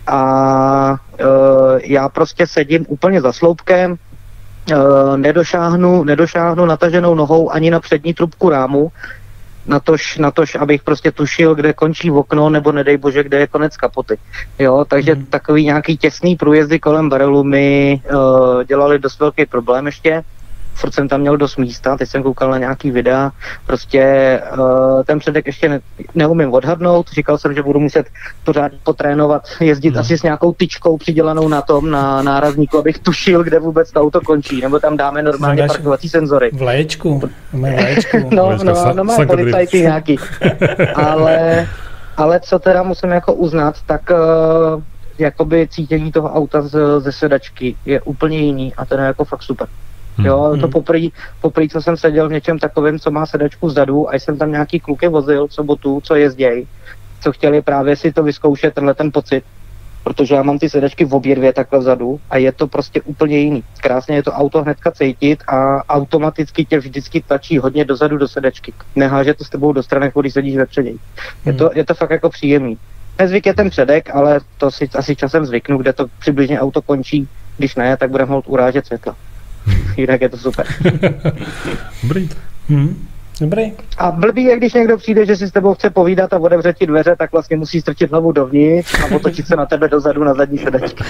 S3: A e, já prostě sedím úplně za sloupkem, e, nedošáhnu, nedošáhnu nataženou nohou ani na přední trubku rámu, natož, natož abych prostě tušil, kde končí okno, nebo nedej bože, kde je konec kapoty. Jo, takže hmm. takový nějaký těsný průjezdy kolem barelu mi e, dělali dost velký problém ještě. Furt jsem tam měl dost místa, teď jsem koukal na nějaký videa, prostě uh, ten předek ještě ne, neumím odhadnout, říkal jsem, že budu muset pořád potrénovat, jezdit no. asi s nějakou tyčkou přidělanou na tom, na nárazníku, abych tušil, kde vůbec to auto končí, nebo tam dáme normálně Zagač parkovací senzory.
S2: Vlaječku, vlaječku.
S3: no, no, no, no, má policajty nějaký, ale, ale co teda musím jako uznat, tak uh, jakoby cítění toho auta z, ze sedačky je úplně jiný a teda jako fakt super. Jo, hmm. to poprvé, poprvé, co jsem seděl v něčem takovém, co má sedačku vzadu a jsem tam nějaký kluky vozil v sobotu, co jezděj, co chtěli právě si to vyzkoušet, tenhle ten pocit, protože já mám ty sedačky v obě dvě takhle vzadu a je to prostě úplně jiný. Krásně je to auto hnedka cítit a automaticky tě vždycky tlačí hodně dozadu do sedačky. Neháže to s tebou do strany, když sedíš ve přeději. Je to, je to fakt jako příjemný. Nezvyk je ten předek, ale to si asi časem zvyknu, kde to přibližně auto končí, když ne, tak budeme holt urážet světla. Jinak je to super.
S1: Dobrý.
S2: Hmm. Dobrý.
S3: A blbý je, když někdo přijde, že si s tebou chce povídat a otevře ti dveře, tak vlastně musí strčit hlavu dovnitř a otočit se na tebe dozadu na zadní sedačky.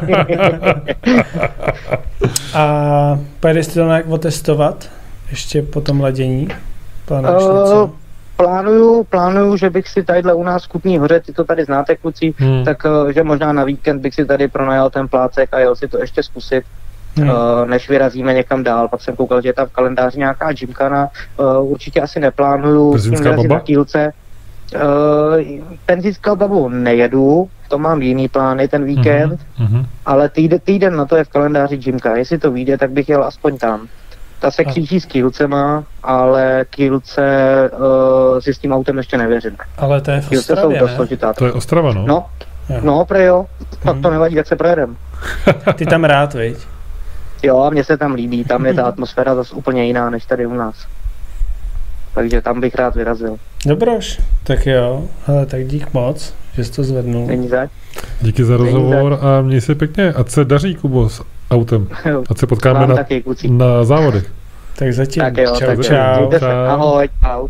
S2: A pojedeš to nějak otestovat ještě po tom ladění? Plánuješ uh, něco?
S3: Plánuju, plánuju, že bych si tadyhle u nás v Kutní Hoře, ty to tady znáte, kluci, hmm. tak že možná na víkend bych si tady pronajal ten plácek a jel si to ještě zkusit. Hmm. Uh, než vyrazíme někam dál. Pak jsem koukal, že je tam v kalendáři nějaká Gymkhana. Uh, určitě asi neplánuju s tím vyrazit na Kielce. Uh, Penzijskou babu nejedu, to mám jiný plány ten víkend, uh-huh. ale týden, týden na to je v kalendáři Gymka. Jestli to vyjde, tak bych jel aspoň tam. Ta se kříží s Kielcema, ale Kielce uh, si s tím autem ještě nevěřím.
S2: Ale to je v
S3: Kielce
S2: Ostravě,
S3: jsou to složitá.
S1: To je Ostrava, no?
S3: No,
S2: jo.
S3: no prej jo. Pak hmm. to nevadí, tak se projedem.
S2: Ty tam rád, viď?
S3: Jo, mně se tam líbí, tam je ta atmosféra zase úplně jiná než tady u nás. Takže tam bych rád vyrazil.
S2: Dobroš, tak jo, hele, tak dík moc, že jsi to zvednul.
S3: Není zač.
S1: Díky za rozhovor a měj se pěkně, ať se daří, Kubo, s autem. Ať se potkáme na, taky, na závodech.
S2: Tak zatím,
S3: tak jo,
S2: čau,
S3: tak
S2: čau.
S3: čau. Ahoj, čau.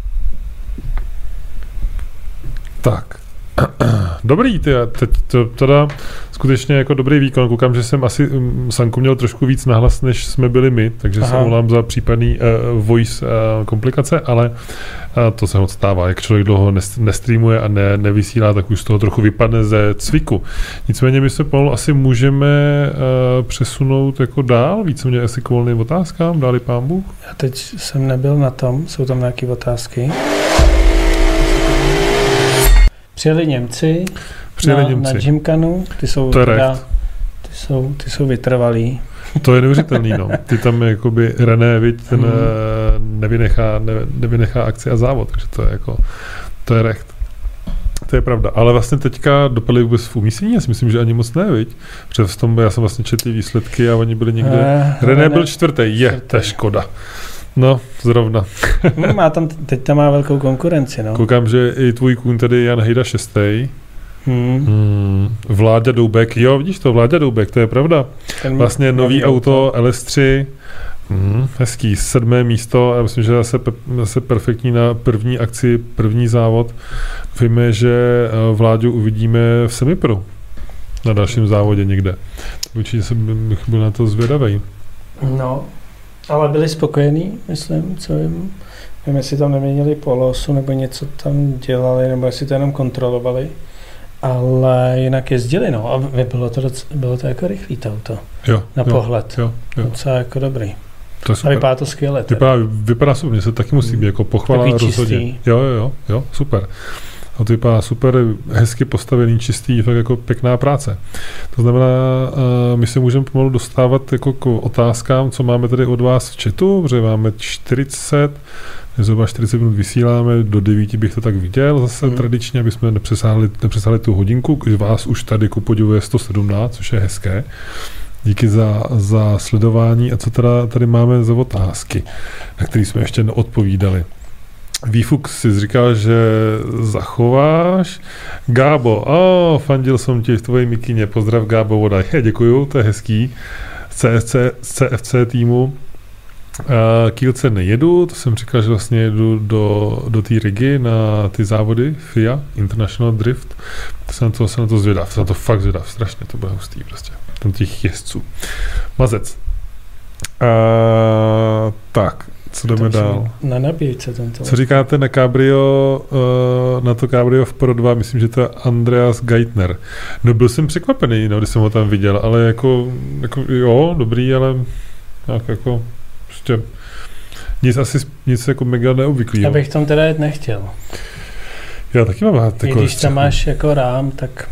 S1: Tak. Dobrý, ty, teď to teda skutečně jako dobrý výkon. Koukám, že jsem asi um, Sanku měl trošku víc nahlas, než jsme byli my, takže Aha. se omlouvám za případný uh, voice uh, komplikace, ale uh, to se moc stává. Jak člověk dlouho nestreamuje a ne, nevysílá, tak už z toho trochu vypadne ze cviku. Nicméně my se pomalu asi můžeme uh, přesunout jako dál, víceméně asi k volným otázkám, dáli pán Bůh.
S2: Já teď jsem nebyl na tom, jsou tam nějaké otázky. Přijeli Němci,
S1: Přijeli
S2: na,
S1: Němci.
S2: na Gymkhanu, ty jsou, teda, ty jsou, ty jsou vytrvalí.
S1: To je neuvěřitelný, no. Ty tam jakoby René, viď, ten hmm. nevynechá, ne, nevynechá akci a závod, takže to je jako, to je recht. To je pravda, ale vlastně teďka dopadli vůbec v umístění, já si myslím, že ani moc ne, viď? Protože v tom, já jsem vlastně četl výsledky a oni byli někde, uh, René, René byl čtvrtý, je, to je škoda. No, zrovna.
S2: no, má tam, teď tam má velkou konkurenci, no.
S1: Koukám, že i tvůj kůň tady Jan Hejda šestý. Hmm. Hmm. Vláďa Doubek, jo, vidíš to, Vláďa Doubek, to je pravda. Ten vlastně nový auto L S tři, hmm, hezký, sedmé místo, já myslím, že zase, zase perfektní na první akci, první závod. Víme, že Vláďu uvidíme v Semipru na dalším závodě někde. Určitě jsem bych byl na to zvědavej.
S2: No, ale byli spokojení, myslím, co jim, nevím, jestli tam neměnili polosu, nebo něco tam dělali, nebo jestli to jenom kontrolovali. Ale jinak jezdili, no, a bylo to, doc, bylo to jako rychlý to auto.
S1: Jo,
S2: na
S1: jo,
S2: pohled.
S1: Jo, jo.
S2: Docela jako dobrý.
S1: To je super.
S2: A vypadá to skvěle.
S1: Vypadá, vypadá super, mně se taky musí být jako pochvala rozhodně. Jo, jo, jo, jo, super. A to vypadá super, hezky postavený, čistý, fakt jako pěkná práce. To znamená, uh, my se můžeme pomalu dostávat jako k otázkám, co máme tady od vás v chatu, protože máme čtyřicet, zhruba čtyřicet minut vysíláme, do devíti bych to tak viděl zase hmm. tradičně, aby jsme nepřesáhli, nepřesáhli tu hodinku, vás už tady ku podivu je sto sedmnáct, což je hezké. Díky za, za sledování. A co teda tady máme za otázky, na které jsme ještě neodpovídali. Výfuk si říkal, že zachováš. Gábo, oh, fandil jsem ti v tvojí mikině, pozdrav Gábo Vodaj. He, děkuju, to je hezký. C F C, C F C týmu. Uh, Kielce nejedu, to jsem říkal, že vlastně jedu do, do té Rigi na ty závody F I A, International Drift. To jsem na to, jsem na to zvědav, jsem na to fakt zvědav, strašně, to bude hustý prostě, tam těch jezdců. Mazec. Uh, tak, co jdeme dál?
S2: Na nabíjce tento.
S1: Co říkáte na Cabrio, uh, na to Cabrio v Pro dva, myslím, že to je Andreas Geithner. No byl jsem překvapený, no, když jsem ho tam viděl, ale jako, jako jo, dobrý, ale tak jako prostě nic asi nic jako mega neobvyklý.
S2: Já bych tam teda jet nechtěl.
S1: Já taky mám rád.
S2: I když tam máš jako rám, tak...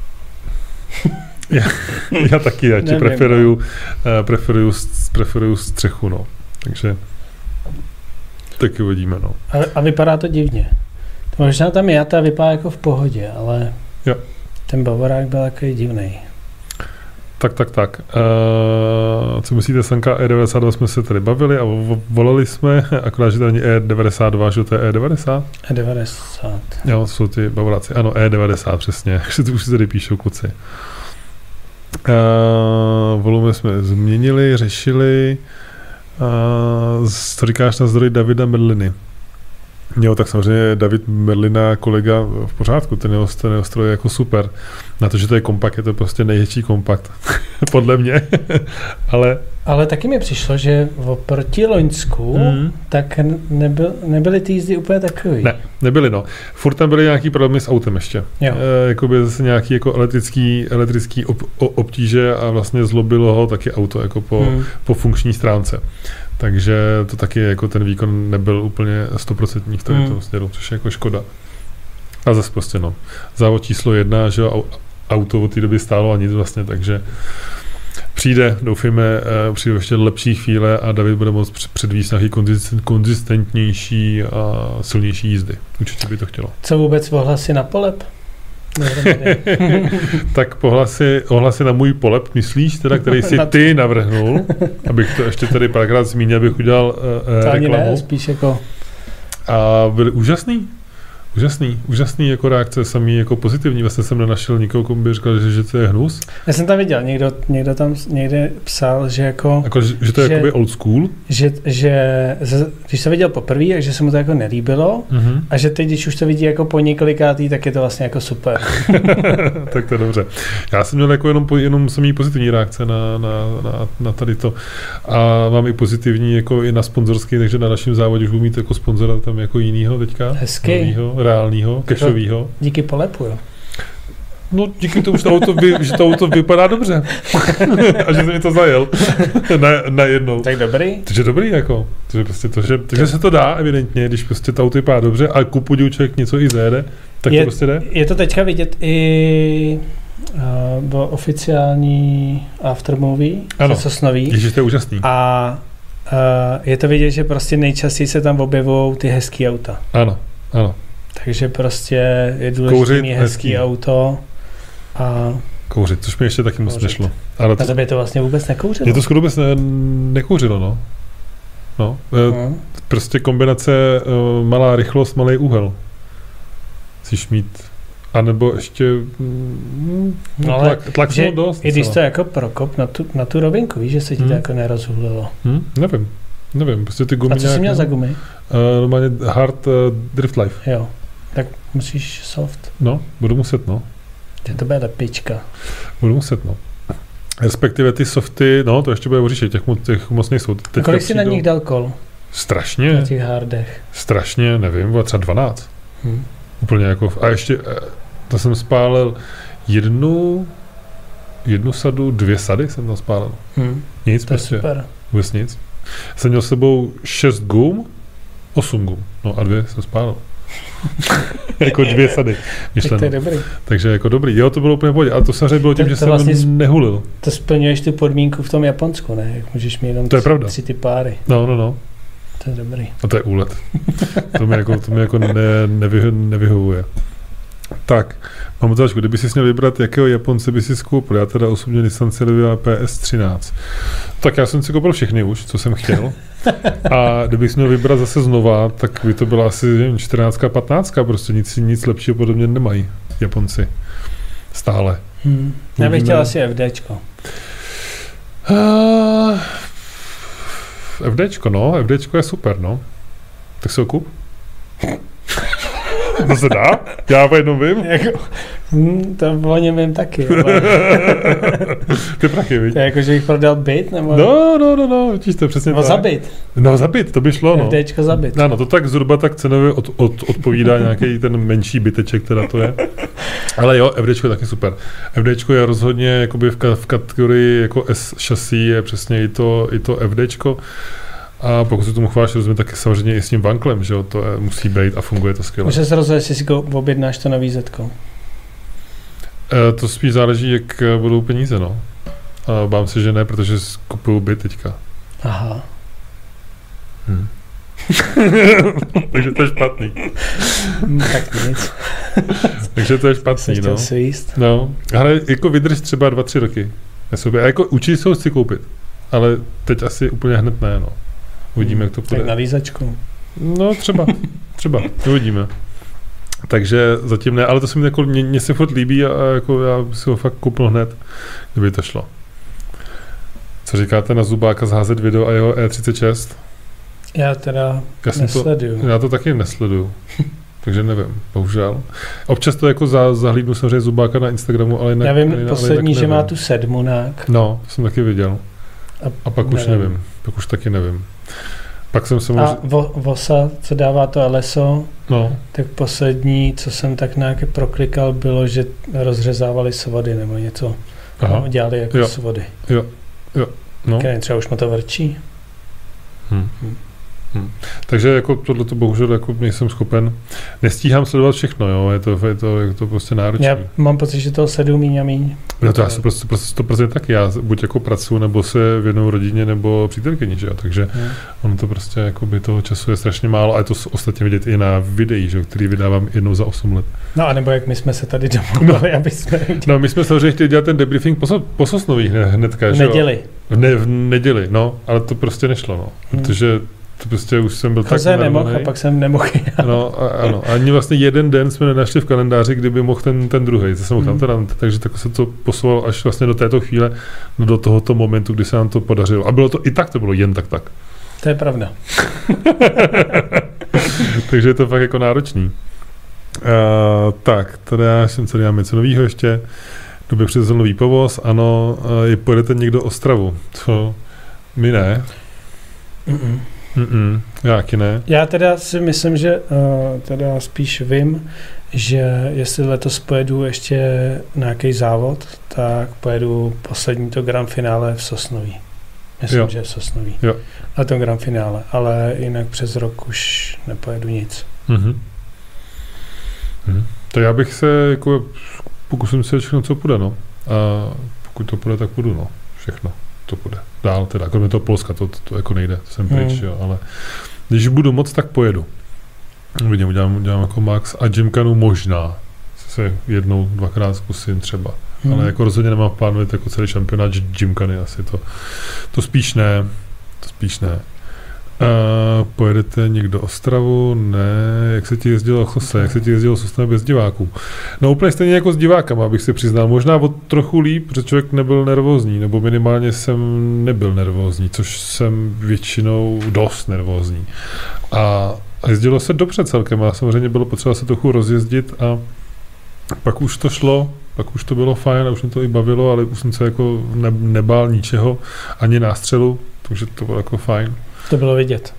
S1: já, já taky, já ti preferuju, uh, preferuju, preferuju střechu, no. Takže taky uvidíme, no.
S2: A, a vypadá to divně. To možná tam je, ta vypadá jako v pohodě, ale
S1: jo.
S2: Ten bavorák byl takový divnej.
S1: Tak, tak, tak. Uh, co myslíte, Sanka E devadesát dva jsme se tady bavili a volali jsme, akorát, že to není E devadesát dva, že to je E devadesát?
S2: E devadesát.
S1: Jo, jsou ty bavoráci. Ano, E devadesát, přesně. Už si tady píšou kluci. Uh, volume jsme změnili, řešili. Uh, co říkáš na zdroj Davida Merliny? Jo, tak samozřejmě David Merlina, kolega, v pořádku, ten jeho, ten jeho stroj je jako super. Na to, že to je kompakt, je to prostě největší kompakt. Podle mě. Ale...
S2: Ale taky mi přišlo, že oproti Loňsku, mm. tak nebyl, nebyly ty jízdy úplně takový.
S1: Ne, nebyly, no. Furt tam byly nějaký problémy s autem ještě.
S2: Jo.
S1: E, jakoby zase nějaký jako elektrický, elektrický ob, obtíže a vlastně zlobilo ho taky auto jako po, mm. po funkční stránce. Takže to taky jako ten výkon nebyl úplně stoprocentní v tom mm. směru, což je jako škoda. A zase prostě no. Závod číslo jedna, že jo, auto od té doby stálo a nic vlastně, takže přijde, doufejme, přijde ještě lepší chvíle a David bude moct předvíst nějaký konzistentnější a silnější jízdy. Určitě by to chtělo.
S2: Co vůbec ohlasy na polep?
S1: Tak pohlasy, ohlasy na můj polep, myslíš, teda, který si ty navrhnul, abych to ještě tady párkrát zmínil, abych udělal uh, reklamu.
S2: Ne, spíš jako...
S1: A byli úžasný. Úžasný, úžasný jako reakce, samý jako pozitivní. Vlastně jsem nenašel nikoho, komu by říkal, že, že to je hnus.
S2: Já jsem tam viděl, někdo, někdo tam někde psal, že jako...
S1: Jako, že, že to je jakoby old school?
S2: Že, že, když to viděl poprvé, takže se mu to jako nelíbilo mm-hmm. a že teď, když už to vidí jako po několikátý, tak je to vlastně jako super.
S1: Tak to je dobře. Já jsem měl jako jenom, jenom samý pozitivní reakce na, na, na, na tady to. A mám i pozitivní jako i na sponzorský, takže na našem závodě už budu mít jako sponzora tam jako jinýho teďka.
S2: Hezky.
S1: Reálního, kešovýho.
S2: Díky polepu, jo?
S1: No díky tomu, že to auto, vy, že to auto vypadá dobře. A že jsem mi to zajel. na, na jednou.
S2: Tak dobrý.
S1: Takže dobrý, jako. Takže, prostě to, že, takže se to dá, evidentně, když prostě to auto vypadá dobře a ku podivu člověk něco i zajede, tak
S2: je,
S1: to prostě jde.
S2: Je to teďka vidět i uh, bylo oficiální aftermovie,
S1: ano.
S2: Sosnový.
S1: Ježiš, to je úžasný.
S2: A uh, je to vidět, že prostě nejčastěji se tam objevují ty hezký auta.
S1: Ano, ano.
S2: Takže prostě je důležité mít hezký hezký auto a...
S1: Kouřit, což mi ještě taky moc nešlo.
S2: Ale to... Na tebe to vlastně vůbec nekouřilo?
S1: Mě to skoro vůbec ne, nekouřilo, no. No, hmm. Prostě kombinace uh, malá rychlost, malý úhel. Chceš mít, anebo ještě mm,
S2: no,
S1: tlak, tlak že, dost.
S2: I když to jako prokop na tu, na tu rovinku, víš, že se ti hmm. to jako nerozhulilo.
S1: Hmm, nevím, nevím, prostě ty gumy.
S2: A co jsi měl za gumy?
S1: Uh, normálně hard uh, Drift Life.
S2: Jo, tak musíš soft.
S1: No, budu muset, no.
S2: To bude lepička.
S1: Budu muset, no. Respektive ty softy, no to ještě bude oříšet, těch, těch moc nejsou.
S2: Teďka kolik jsi na nich dal kol?
S1: Strašně.
S2: Na těch hardech.
S1: Strašně, nevím, bylo třeba dvanáct. Hmm. Úplně jako, a ještě, to jsem spálil jednu, jednu sadu, dvě sady jsem tam spálil. Hmm. Nic
S2: to
S1: prostě.
S2: Je super.
S1: Vůbec nic. Jsem měl s sebou šest gum, osm gum, no a dvě jsem spálil. Jako dvě sady.
S2: Tak to je dobrý.
S1: Takže jako dobrý. Jo, to bylo úplně v pohodě. A to samozřejmě bylo tím, to, že to jsem vlastně nehulil.
S2: To splňuješ tu podmínku v tom Japonsku, ne? Jak můžeš mít jenom
S1: to je
S2: tři,
S1: pravda.
S2: tři ty páry.
S1: No, no, no.
S2: To je dobrý.
S1: A to je úlet. To mi jako, to mi jako ne, nevy, nevyhovuje. Tak, mám otázku, kdyby jsi měl vybrat, jakého Japonce by si skoupil? Já teda osobně Nissan Silvia P S třináct. Tak já jsem si koupil všechny už, co jsem chtěl. A kdybych měl vybrat zase znova, tak by to byla asi nevím, čtrnáct, patnáct, prostě nic, nic lepšího podobně nemají Japonci. Stále.
S2: Hmm. Já bych chtěl asi FDčko.
S1: Uh, FDčko, no, FDčko je super, no. Tak si ho kup. To se dá? Já po jednom vím.
S2: Jako, hm, to o něm vím taky.
S1: Ty prachy, víš?
S2: To je jako, že bych prodal byt? Nebo...
S1: No, no, no, no, vidíš, to je přesně
S2: no,
S1: tak.
S2: za byt.
S1: No, za byt, to by šlo, no.
S2: FDčko za byt.
S1: No, no, to tak zhruba tak cenově od, od, odpovídá nějaký ten menší byteček, teda to je. Ale jo, FDčko je taky super. FDčko je rozhodně jakoby v, v kategorii jako S šasí je přesně i to, i to FDčko. A pokud se tomu chváš, rozumím, taky samozřejmě i s tím vanklem, že jo, to je, musí být a funguje to skvěle.
S2: Může se rozhodnout, jestli si objednáš to na vízetko.
S1: E, to spíš záleží, jak budou peníze, no. A bám se, že ne, protože kupuju byt teďka.
S2: Aha.
S1: Hm. Takže to je špatný.
S2: Tak nic.
S1: Takže to je špatný, no.
S2: Si jíst.
S1: No, ale jako vydrž třeba dva, tři roky. A jako určitě se ho chci koupit. Ale teď asi úplně hned ne, no. Uvidíme, jak to půjde.
S2: Tak na lízačku.
S1: No, třeba. Třeba. Uvidíme. Takže zatím ne, ale to se mi jako, mě, mě se furt líbí a, a jako já si ho fakt koupil hned, kdyby to šlo. Co říkáte na Zubáka z H Z Video a jeho E třicet šest?
S2: Já teda
S1: já
S2: nesleduju.
S1: To, já to taky nesleduju. Takže nevím, bohužel. Občas to jako za, zahlídnu samozřejmě Zubáka na Instagramu, ale jinak,
S2: já vím
S1: jinak,
S2: poslední,
S1: jinak
S2: že má tu sedmunák.
S1: No, to jsem taky viděl. A, a pak nevím. už nevím. Pak už taky nevím. Pak jsem se mohl...
S2: A vo, Vosa, co dává to L S O,
S1: no.
S2: tak poslední, co jsem tak nějaké proklikal, bylo, že rozřezávali svody nebo něco. Aha. No, dělali jako
S1: jo.
S2: svody.
S1: Jo, jo. No.
S2: Tak třeba už mu to vrčí.
S1: Hmm. Hmm. Hmm. Takže jako tohleto bohužel jako nejsem schopen. Nestíhám sledovat všechno, jo, je to, je to, je to prostě náročné.
S2: Já mám pocit, že toho sleduju míň a míň.
S1: No to já jsem prostě, prostě sto procent taky, já buď jako pracuji, nebo se věnuju rodině, nebo přítelkyni, že jo, takže hmm. ono to prostě jako by toho času je strašně málo a je to ostatně vidět i na videí, že jo, který vydávám jednou za osm let.
S2: No a nebo jak my jsme se tady domluvili,
S1: no.
S2: aby jsme...
S1: No my jsme samozřejmě chtěli dělat ten debriefing po, po Sosnových hnedka,
S2: že jo. V neděli.
S1: V, ne, v neděli, no, ale to prostě nešlo, no, hmm. protože to prostě už jsem byl tak
S2: narvaný. Nemohl a pak jsem nemohl.
S1: No, a, ano. Ani vlastně jeden den jsme nenašli v kalendáři, kdyby mohl ten, ten druhý. To jsem mohl hmm. tam teda, takže tak se to posouvalo až vlastně do této chvíle, no do tohoto momentu, kdy se nám to podařilo. A bylo to i tak, to bylo jen tak tak.
S2: To je pravda.
S1: Takže je to fakt jako náročný. Uh, tak, teda jsem co dělám něco novýho ještě. Době přivezl nový povoz, ano, uh, pojedete někdo Ostravu. Co? My ne.
S2: Mm-mm.
S1: Mm-mm, já taky ne.
S2: Já teda si myslím, že uh, teda spíš vím, že jestli letos pojedu ještě nějaký závod, tak pojedu poslední to grand finále v Sosnoví. Myslím, jo. že v Sosnoví.
S1: Jo.
S2: A to grand finále, ale jinak přes rok už nepojedu nic.
S1: Mm-hmm. Mm. Tak já bych se jako pokusím se všechno, co půjde, no. A pokud to půjde, tak půjdu, no. Všechno. To bude dál, teda, kromě toho Polska, to, to, to jako nejde, to jsem pryč, hmm. jo, ale když budu moc, tak pojedu. Vidím, udělám, udělám jako Max a Gymkanu možná, se jednou, dvakrát zkusím třeba, hmm. ale jako rozhodně nemám plánovat jako celý šampionát Gymkany, asi to, to spíš ne, to spíš ne. Uh, pojedete někdo Ostravu? Ne. Jak se ti jezdilo Chose? Jak se ti jezdilo Sosna bez diváků? No úplně stejně jako s divákama, abych si přiznal. Možná o trochu líp, protože člověk nebyl nervózní, nebo minimálně jsem nebyl nervózní, což jsem většinou dost nervózní. A jezdilo se dobře celkem a samozřejmě bylo potřeba se trochu rozjezdit a pak už to šlo, pak už to bylo fajn a už mě to i bavilo, ale už jsem se jako ne, nebál ničeho, ani nástřelu, takže to bylo jako fajn.
S2: To bylo vidět.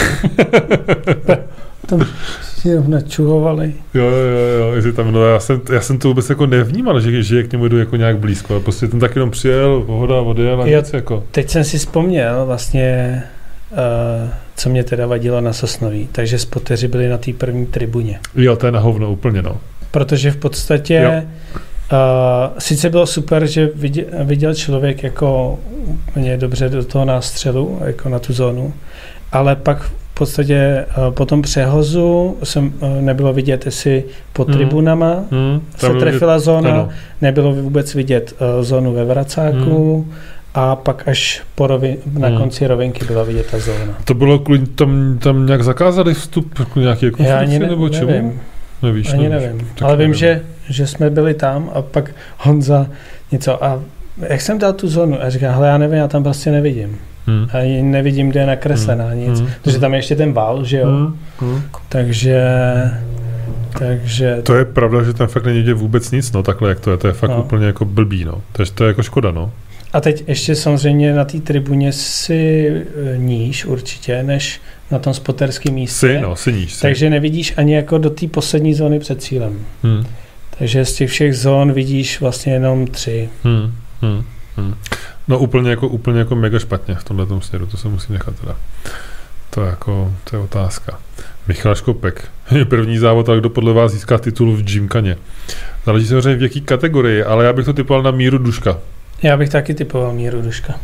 S2: Tam si jenom načuhovali.
S1: Jo, jo, jo, jestli tam, no já jsem, já jsem to vůbec jako nevnímal, že, že k němu jdu jako nějak blízko, ale prostě ten tak jenom přijel, pohoda, odjel a
S2: jo,
S1: nic jako.
S2: Teď jsem si vzpomněl vlastně, uh, co mě teda vadilo na Sosnoví, takže spoteři byli na té první tribuně.
S1: Jo, to je na hovno úplně, no.
S2: Protože v podstatě uh, sice bylo super, že viděl, viděl člověk jako úplně dobře do toho nástřelu, jako na tu zónu, ale pak v podstatě uh, po tom přehozu jsem, uh, nebylo vidět, jestli pod mm. tribunama mm. se trefila vidět, zóna, ano. Nebylo vůbec vidět uh, zónu ve vracáku, mm. a pak až po rovi, na hmm. konci rovinky byla vidět ta zóna.
S1: To bylo kvůli, tam, tam nějak zakázali vstup, nějaký
S2: konflikty, Já ani ne,
S1: nebo čemu?
S2: Nevím.
S1: Nevíš,
S2: ani
S1: nevíš.
S2: nevím. Tak ale nevím, vím, že, že jsme byli tam a pak Honza něco a jak jsem dal tu zónu a říká, hele, já nevím, já tam prostě nevidím. Hmm. Ani nevidím, kde je nakreslená hmm. nic. Hmm. Protože tam je ještě ten val, že jo? Hmm. Hmm. Takže... Takže...
S1: To je pravda, že tam fakt není vůbec nic, no takhle jak to je, to je fakt no. úplně jako blbý, no. Takže to je jako škoda, no.
S2: A teď ještě samozřejmě na té tribuně si níž určitě, než na tom spoterském místě.
S1: Si, no, si níž. Si.
S2: Takže nevidíš ani jako do té poslední zóny před cílem. Hmm. Takže z těch všech zón vidíš vlastně jenom tři. Hmm.
S1: Hmm. Hmm. No úplně jako, úplně jako mega špatně v tomhletom směru, to se musím nechat teda. To je jako, to je otázka. Michal Škopek. První závod, ale kdo podle vás získá titul v Gymkhane? Záleží samozřejmě v jaký kategorii, ale já bych to typoval na Míru Duška.
S2: Já bych taky typoval Míru Duška.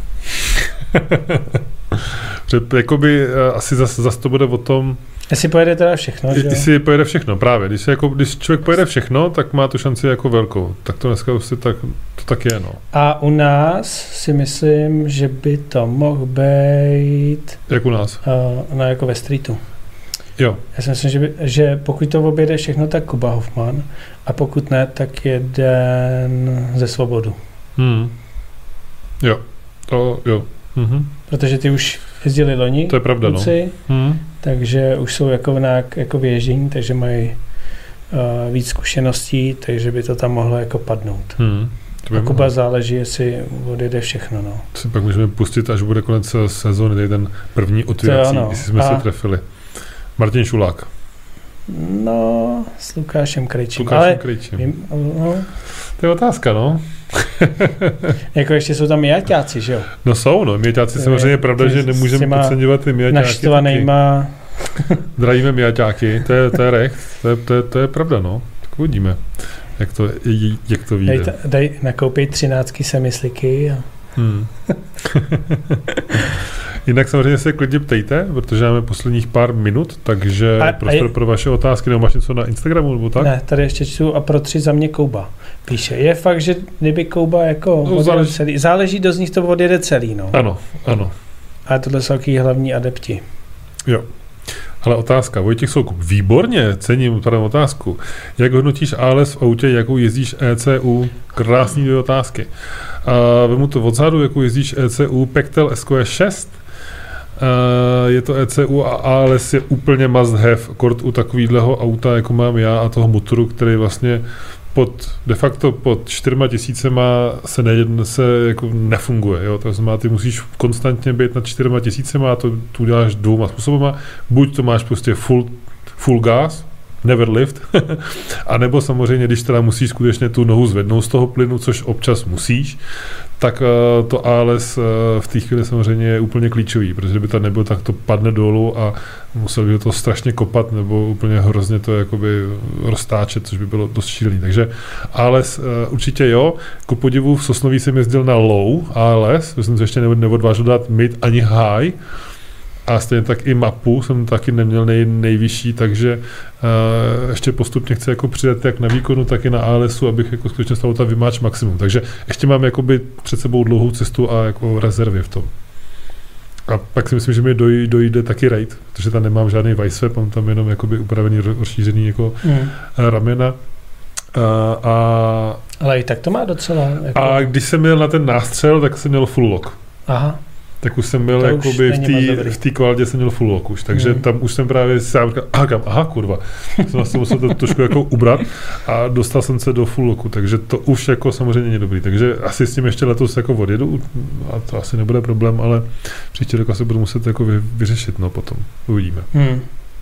S1: Jakoby asi zase zas to bude o tom...
S2: Jestli pojede teda všechno, že?
S1: Jestli pojede všechno, právě. Když, jako, když člověk pojede všechno, tak má tu šanci jako velkou. Tak to dneska už tak, to tak je, no.
S2: A u nás si myslím, že by to mohl být...
S1: Jak u nás?
S2: Uh, no jako ve streetu.
S1: Jo.
S2: Já si myslím, že, by, že pokud to objede všechno, tak Kuba Hoffman. A pokud ne, tak jeden ze Svobodu.
S1: Hmm. Jo. To jo. Mhm.
S2: Protože ty už jezdili loni.
S1: To je pravda, kluci,
S2: no. Hmm. Takže už jsou jako, nějak, jako věždění, takže mají uh, víc zkušeností, takže by to tam mohlo jako padnout. Hmm. A Kuba mohlo. Záleží, jestli odjede všechno, no.
S1: To si pak můžeme pustit, až bude konec sezóny, tady ten první otvírací, no. Jestli jsme A... se trefili. Martin Šulák.
S2: No, s Lukášem Krejčím.
S1: Lukášem Ale, Krejčím. Vím,
S2: no.
S1: To je otázka, no.
S2: Jako ještě jsou tam miaťáci, že jo?
S1: No jsou, no. Miaťáci samozřejmě je pravda, že nemůžeme podceňovat ty miaťáky.
S2: Naštvanejma.
S1: Zdravíme miaťáky, to je, to je recht, to je, to, je, to je pravda, no. Tak uvidíme, jak to, jak to vyjde.
S2: Dej, dej nakoupej třináctky semysliky a... Hmm.
S1: Jinak samozřejmě se klidně ptejte, protože máme posledních pár minut, takže a, prostor a je, pro vaše otázky, nebo máš něco na Instagramu, nebo tak?
S2: Ne, tady ještě čtu a pro tři za mě Kouba píše. Je fakt, že kdyby Kouba jako no, záleží. celý, záleží, do z nich to odjede celý, no.
S1: Ano, ano.
S2: Ale tohle jsou takový hlavní adepti.
S1: Jo. Ale otázka, Vojtěch Soukup, výborně, cením tady otázku. Jak hodnotíš á el es v autě, jakou jezdíš é cé ú? Krásný dvě otázky. A vemu to odzadu, jakou jezdíš é cé ú Pectel S Q S šest. Uh, je to é cé ú a á el es je úplně must have, kort u takovýhleho auta, jako mám já a toho motoru, který vlastně pod, de facto pod čtyřma tisícema se, ne, se jako nefunguje. Jo? To znamená, ty musíš konstantně být nad čtyřma tisícema a to tu děláš dvouma způsobama. Buď to máš prostě full, full gas, never lift, a nebo samozřejmě, když teda musíš skutečně tu nohu zvednout z toho plynu, což občas musíš, tak uh, to á el es uh, v té chvíli samozřejmě je úplně klíčový, protože kdyby to nebylo, tak to padne dolů a musel by to strašně kopat nebo úplně hrozně to jakoby roztáčet, což by bylo dost šílený. Takže á el es uh, určitě jo. Ku podivu v Sosnoví jsem jezdil na low á el es, protože jsem se ještě neodvážil dát mid ani high, a stejně tak i mapu jsem taky neměl nej, nejvyšší, takže uh, ještě postupně chci jako přidat jak na výkonu, tak i na á el esu, abych jako skutečně z toho ta vymáč maximum. Takže ještě mám jakoby před sebou dlouhou cestu a jako rezervy v tom. A pak si myslím, že mi doj, dojde taky raid, protože tam nemám žádný vice, mám tam jenom jakoby upravený, rozšířený jako mm. ramena. A, a,
S2: ale i tak to má docela. Jako...
S1: A když jsem měl na ten nástřel, tak jsem měl full lock.
S2: Aha.
S1: Tak už jsem byl jakoby v té kvalitě jsem měl full lock už, takže hmm. tam už jsem právě sám říkal, aha, kam, aha, kurva. Jsem vlastně musel to trošku jako ubrat a dostal jsem se do full locku, takže to už jako samozřejmě není dobrý. Takže asi s tím ještě letos jako odjedu a to asi nebude problém, ale příští rok asi budu muset jako vy, vyřešit, no potom, uvidíme. Hmm.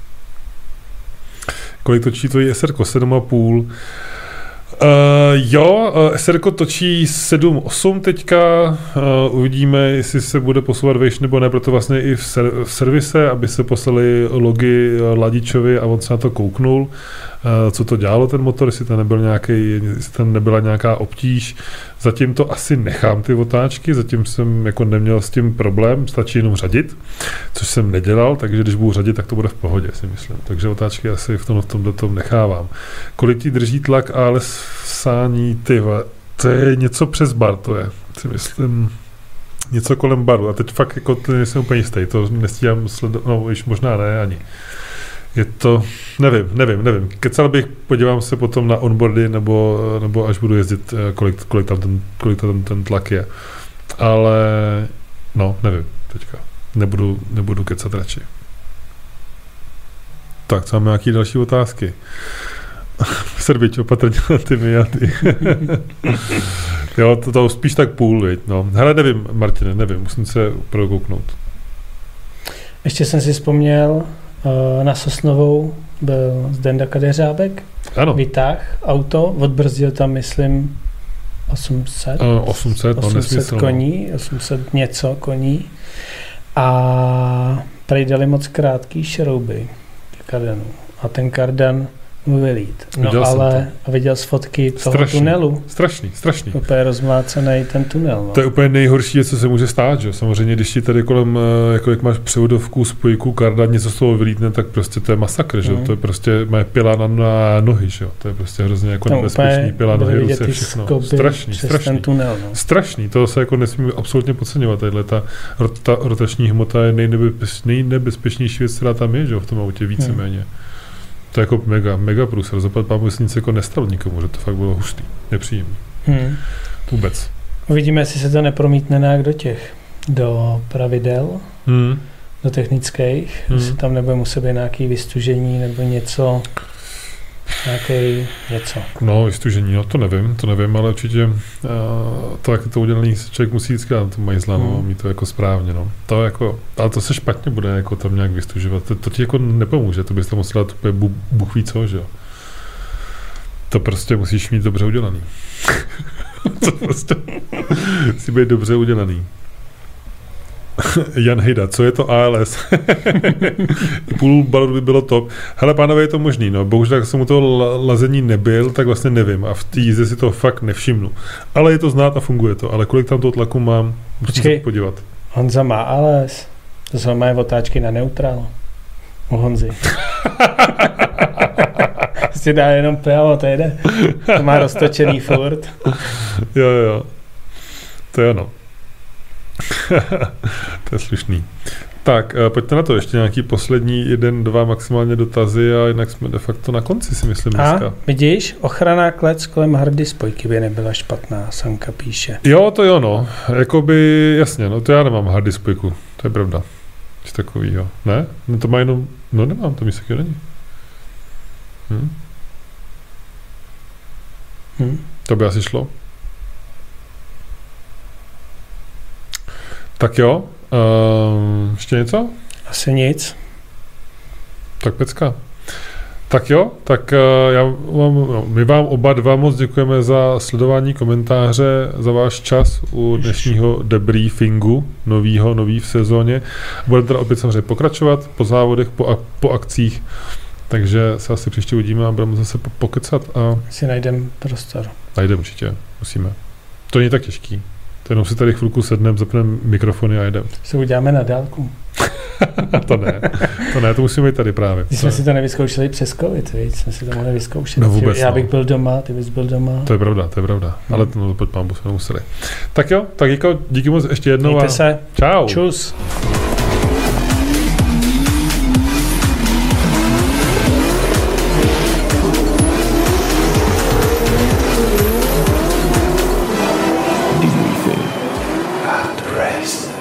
S1: Kolik točí tvojí es er ko? sedm a půl. Uh, jo, uh, es er ko točí sedm osm teďka, uh, uvidíme, jestli se bude posouvat vejš nebo ne, proto vlastně i v, ser- v servise, aby se poslali logy Ladičovi a on se na to kouknul, uh, co to dělalo ten motor, jestli tam, nebyl nějaký, jestli tam nebyla nějaká obtíž. Zatím to asi nechám ty otáčky, zatím jsem jako neměl s tím problém, stačí jenom řadit, což jsem nedělal, takže když budu řadit, tak to bude v pohodě, si myslím. Takže otáčky asi v tom, v tomhle tom nechávám. Kolik ti drží tlak a lesání, ty, to je něco přes bar, to je, si myslím, něco kolem baru. A teď fakt jako to nejsem úplně jistý, to nestíhám sledovat, no již možná ne ani. Je to, nevím, nevím, nevím. Kecal bych, podívám se potom na onboardy, nebo, nebo až budu jezdit, kolik, kolik tam ten, kolik tam ten tlak je. Ale, no, nevím teďka. Nebudu, nebudu kecat radši. Tak, co máme nějaký další otázky? Srbič, opatrně na ty miaty. Jo, to, to spíš tak půl, viď, no. Hele, nevím, Martine, nevím, musím se prokouknout.
S2: Ještě jsem si vzpomněl, na Sosnovou byl Zdenda Kadeřábek,
S1: ano.
S2: Vytáh auto, odbrzdil tam, myslím, osm set,
S1: uh, osm set, no,
S2: osm set koní, osm set něco koní a prej moc krátký šrouby k kardanu a ten kardan mu vylít. No viděl ale viděl z fotky toho strašný, tunelu.
S1: Strašný, strašný.
S2: Úplně rozmlácený ten tunel. No.
S1: To je úplně nejhorší, co se může stát, že? Samozřejmě, když ti tady kolem, jako jak máš převodovku, spojku, kardan, něco z toho vylítne, tak prostě to je masakr, že? Mm. To je prostě, má pila na, na nohy, že? To je prostě hrozně jako no, nebezpečný, pila na nohy, ruce, všechno. Strašný, strašný.
S2: Tunel, no.
S1: Strašný, to se jako nesmí absolutně podceňovat. Tahle ta, ta rotační hmota je nejnebezpeč, nejnebezpečnější věc, která tam je, že? V tom autě víceméně. Mm. To je jako mega, mega průser. Zapad pámu, jestli nic jako nestalo nikomu, že to fakt bylo hustý, nepříjemný. Hmm. Vůbec.
S2: Uvidíme, jestli se to nepromítne nějak do těch, do pravidel, hmm. do technických, hmm. jestli tam nebude muset být nějaké vystužení nebo něco, nějaký něco.
S1: No, vystužení, no to nevím, to nevím, ale určitě uh, to, jak je to udělaný, člověk musí vždycky na to mají zláno, hmm. mít to jako správně, no. To jako, ale to se špatně bude jako tam nějak vystužovat, to, to ti jako nepomůže, to bys tam musel dát úplně bu, buch ví co, že jo. To prostě musíš mít dobře udělaný. To prostě musí být dobře udělaný. Jan Hejda, co je to A L S? Půl balonu by bylo top. Hele, pánové, je to možný, no. Bohužel, jak jsem u toho lazení nebyl, tak vlastně nevím. A v té jízdě si to fakt nevšimnu. Ale je to znát a funguje to. Ale kolik tam toho tlaku mám, musím se podívat.
S2: Honza má A L S. To jsou moje otáčky na neutrál. U Honzy. Si dá jenom pravo, to jde. To má roztočený furt.
S1: Jo, jo. To je ono. To je slušný. Tak, pojďte na to. Ještě nějaký poslední jeden, dva maximálně dotazy a jinak jsme de facto na konci, si myslím dneska.
S2: A vidíš, ochranná klec kolem hardy spojky by nebyla špatná, Sanka píše.
S1: Jo, to jo, no. Jakoby, jasně, no to já nemám hardy spojku. To je pravda. Nic takovýho. Ne? No to má jenom, no nemám, to mi se není. Hm? Hm? To by asi šlo. Tak jo, uh, ještě něco?
S2: Asi nic.
S1: Tak pecka. Tak jo, tak uh, já vám, no, my vám oba dva moc děkujeme za sledování komentáře, za váš čas u dnešního debriefingu novýho, nový v sezóně. Budeme teda opět samozřejmě pokračovat po závodech, po, po akcích, takže se asi příště uvidíme a budeme zase pokecat. A
S2: si najdeme prostor.
S1: Najdeme určitě, musíme. To není tak těžký. To jenom si tady chvilku sedneme, zapneme mikrofony a jedeme.
S2: Se uděláme na dálku.
S1: To ne, to ne, to musíme jít tady právě.
S2: Když jsme si to nevyzkoušeli přes covid, víc, jsme si to mohli vyzkoušet.
S1: No vůbec,
S2: já bych
S1: no.
S2: byl doma, ty bys byl doma.
S1: To je pravda, to je pravda, hmm. ale no, pod pán se nemuseli. Tak jo, tak jako díky moc ještě jednou.
S2: Mějte
S1: a
S2: se.
S1: Čau.
S2: Čus.
S4: místě.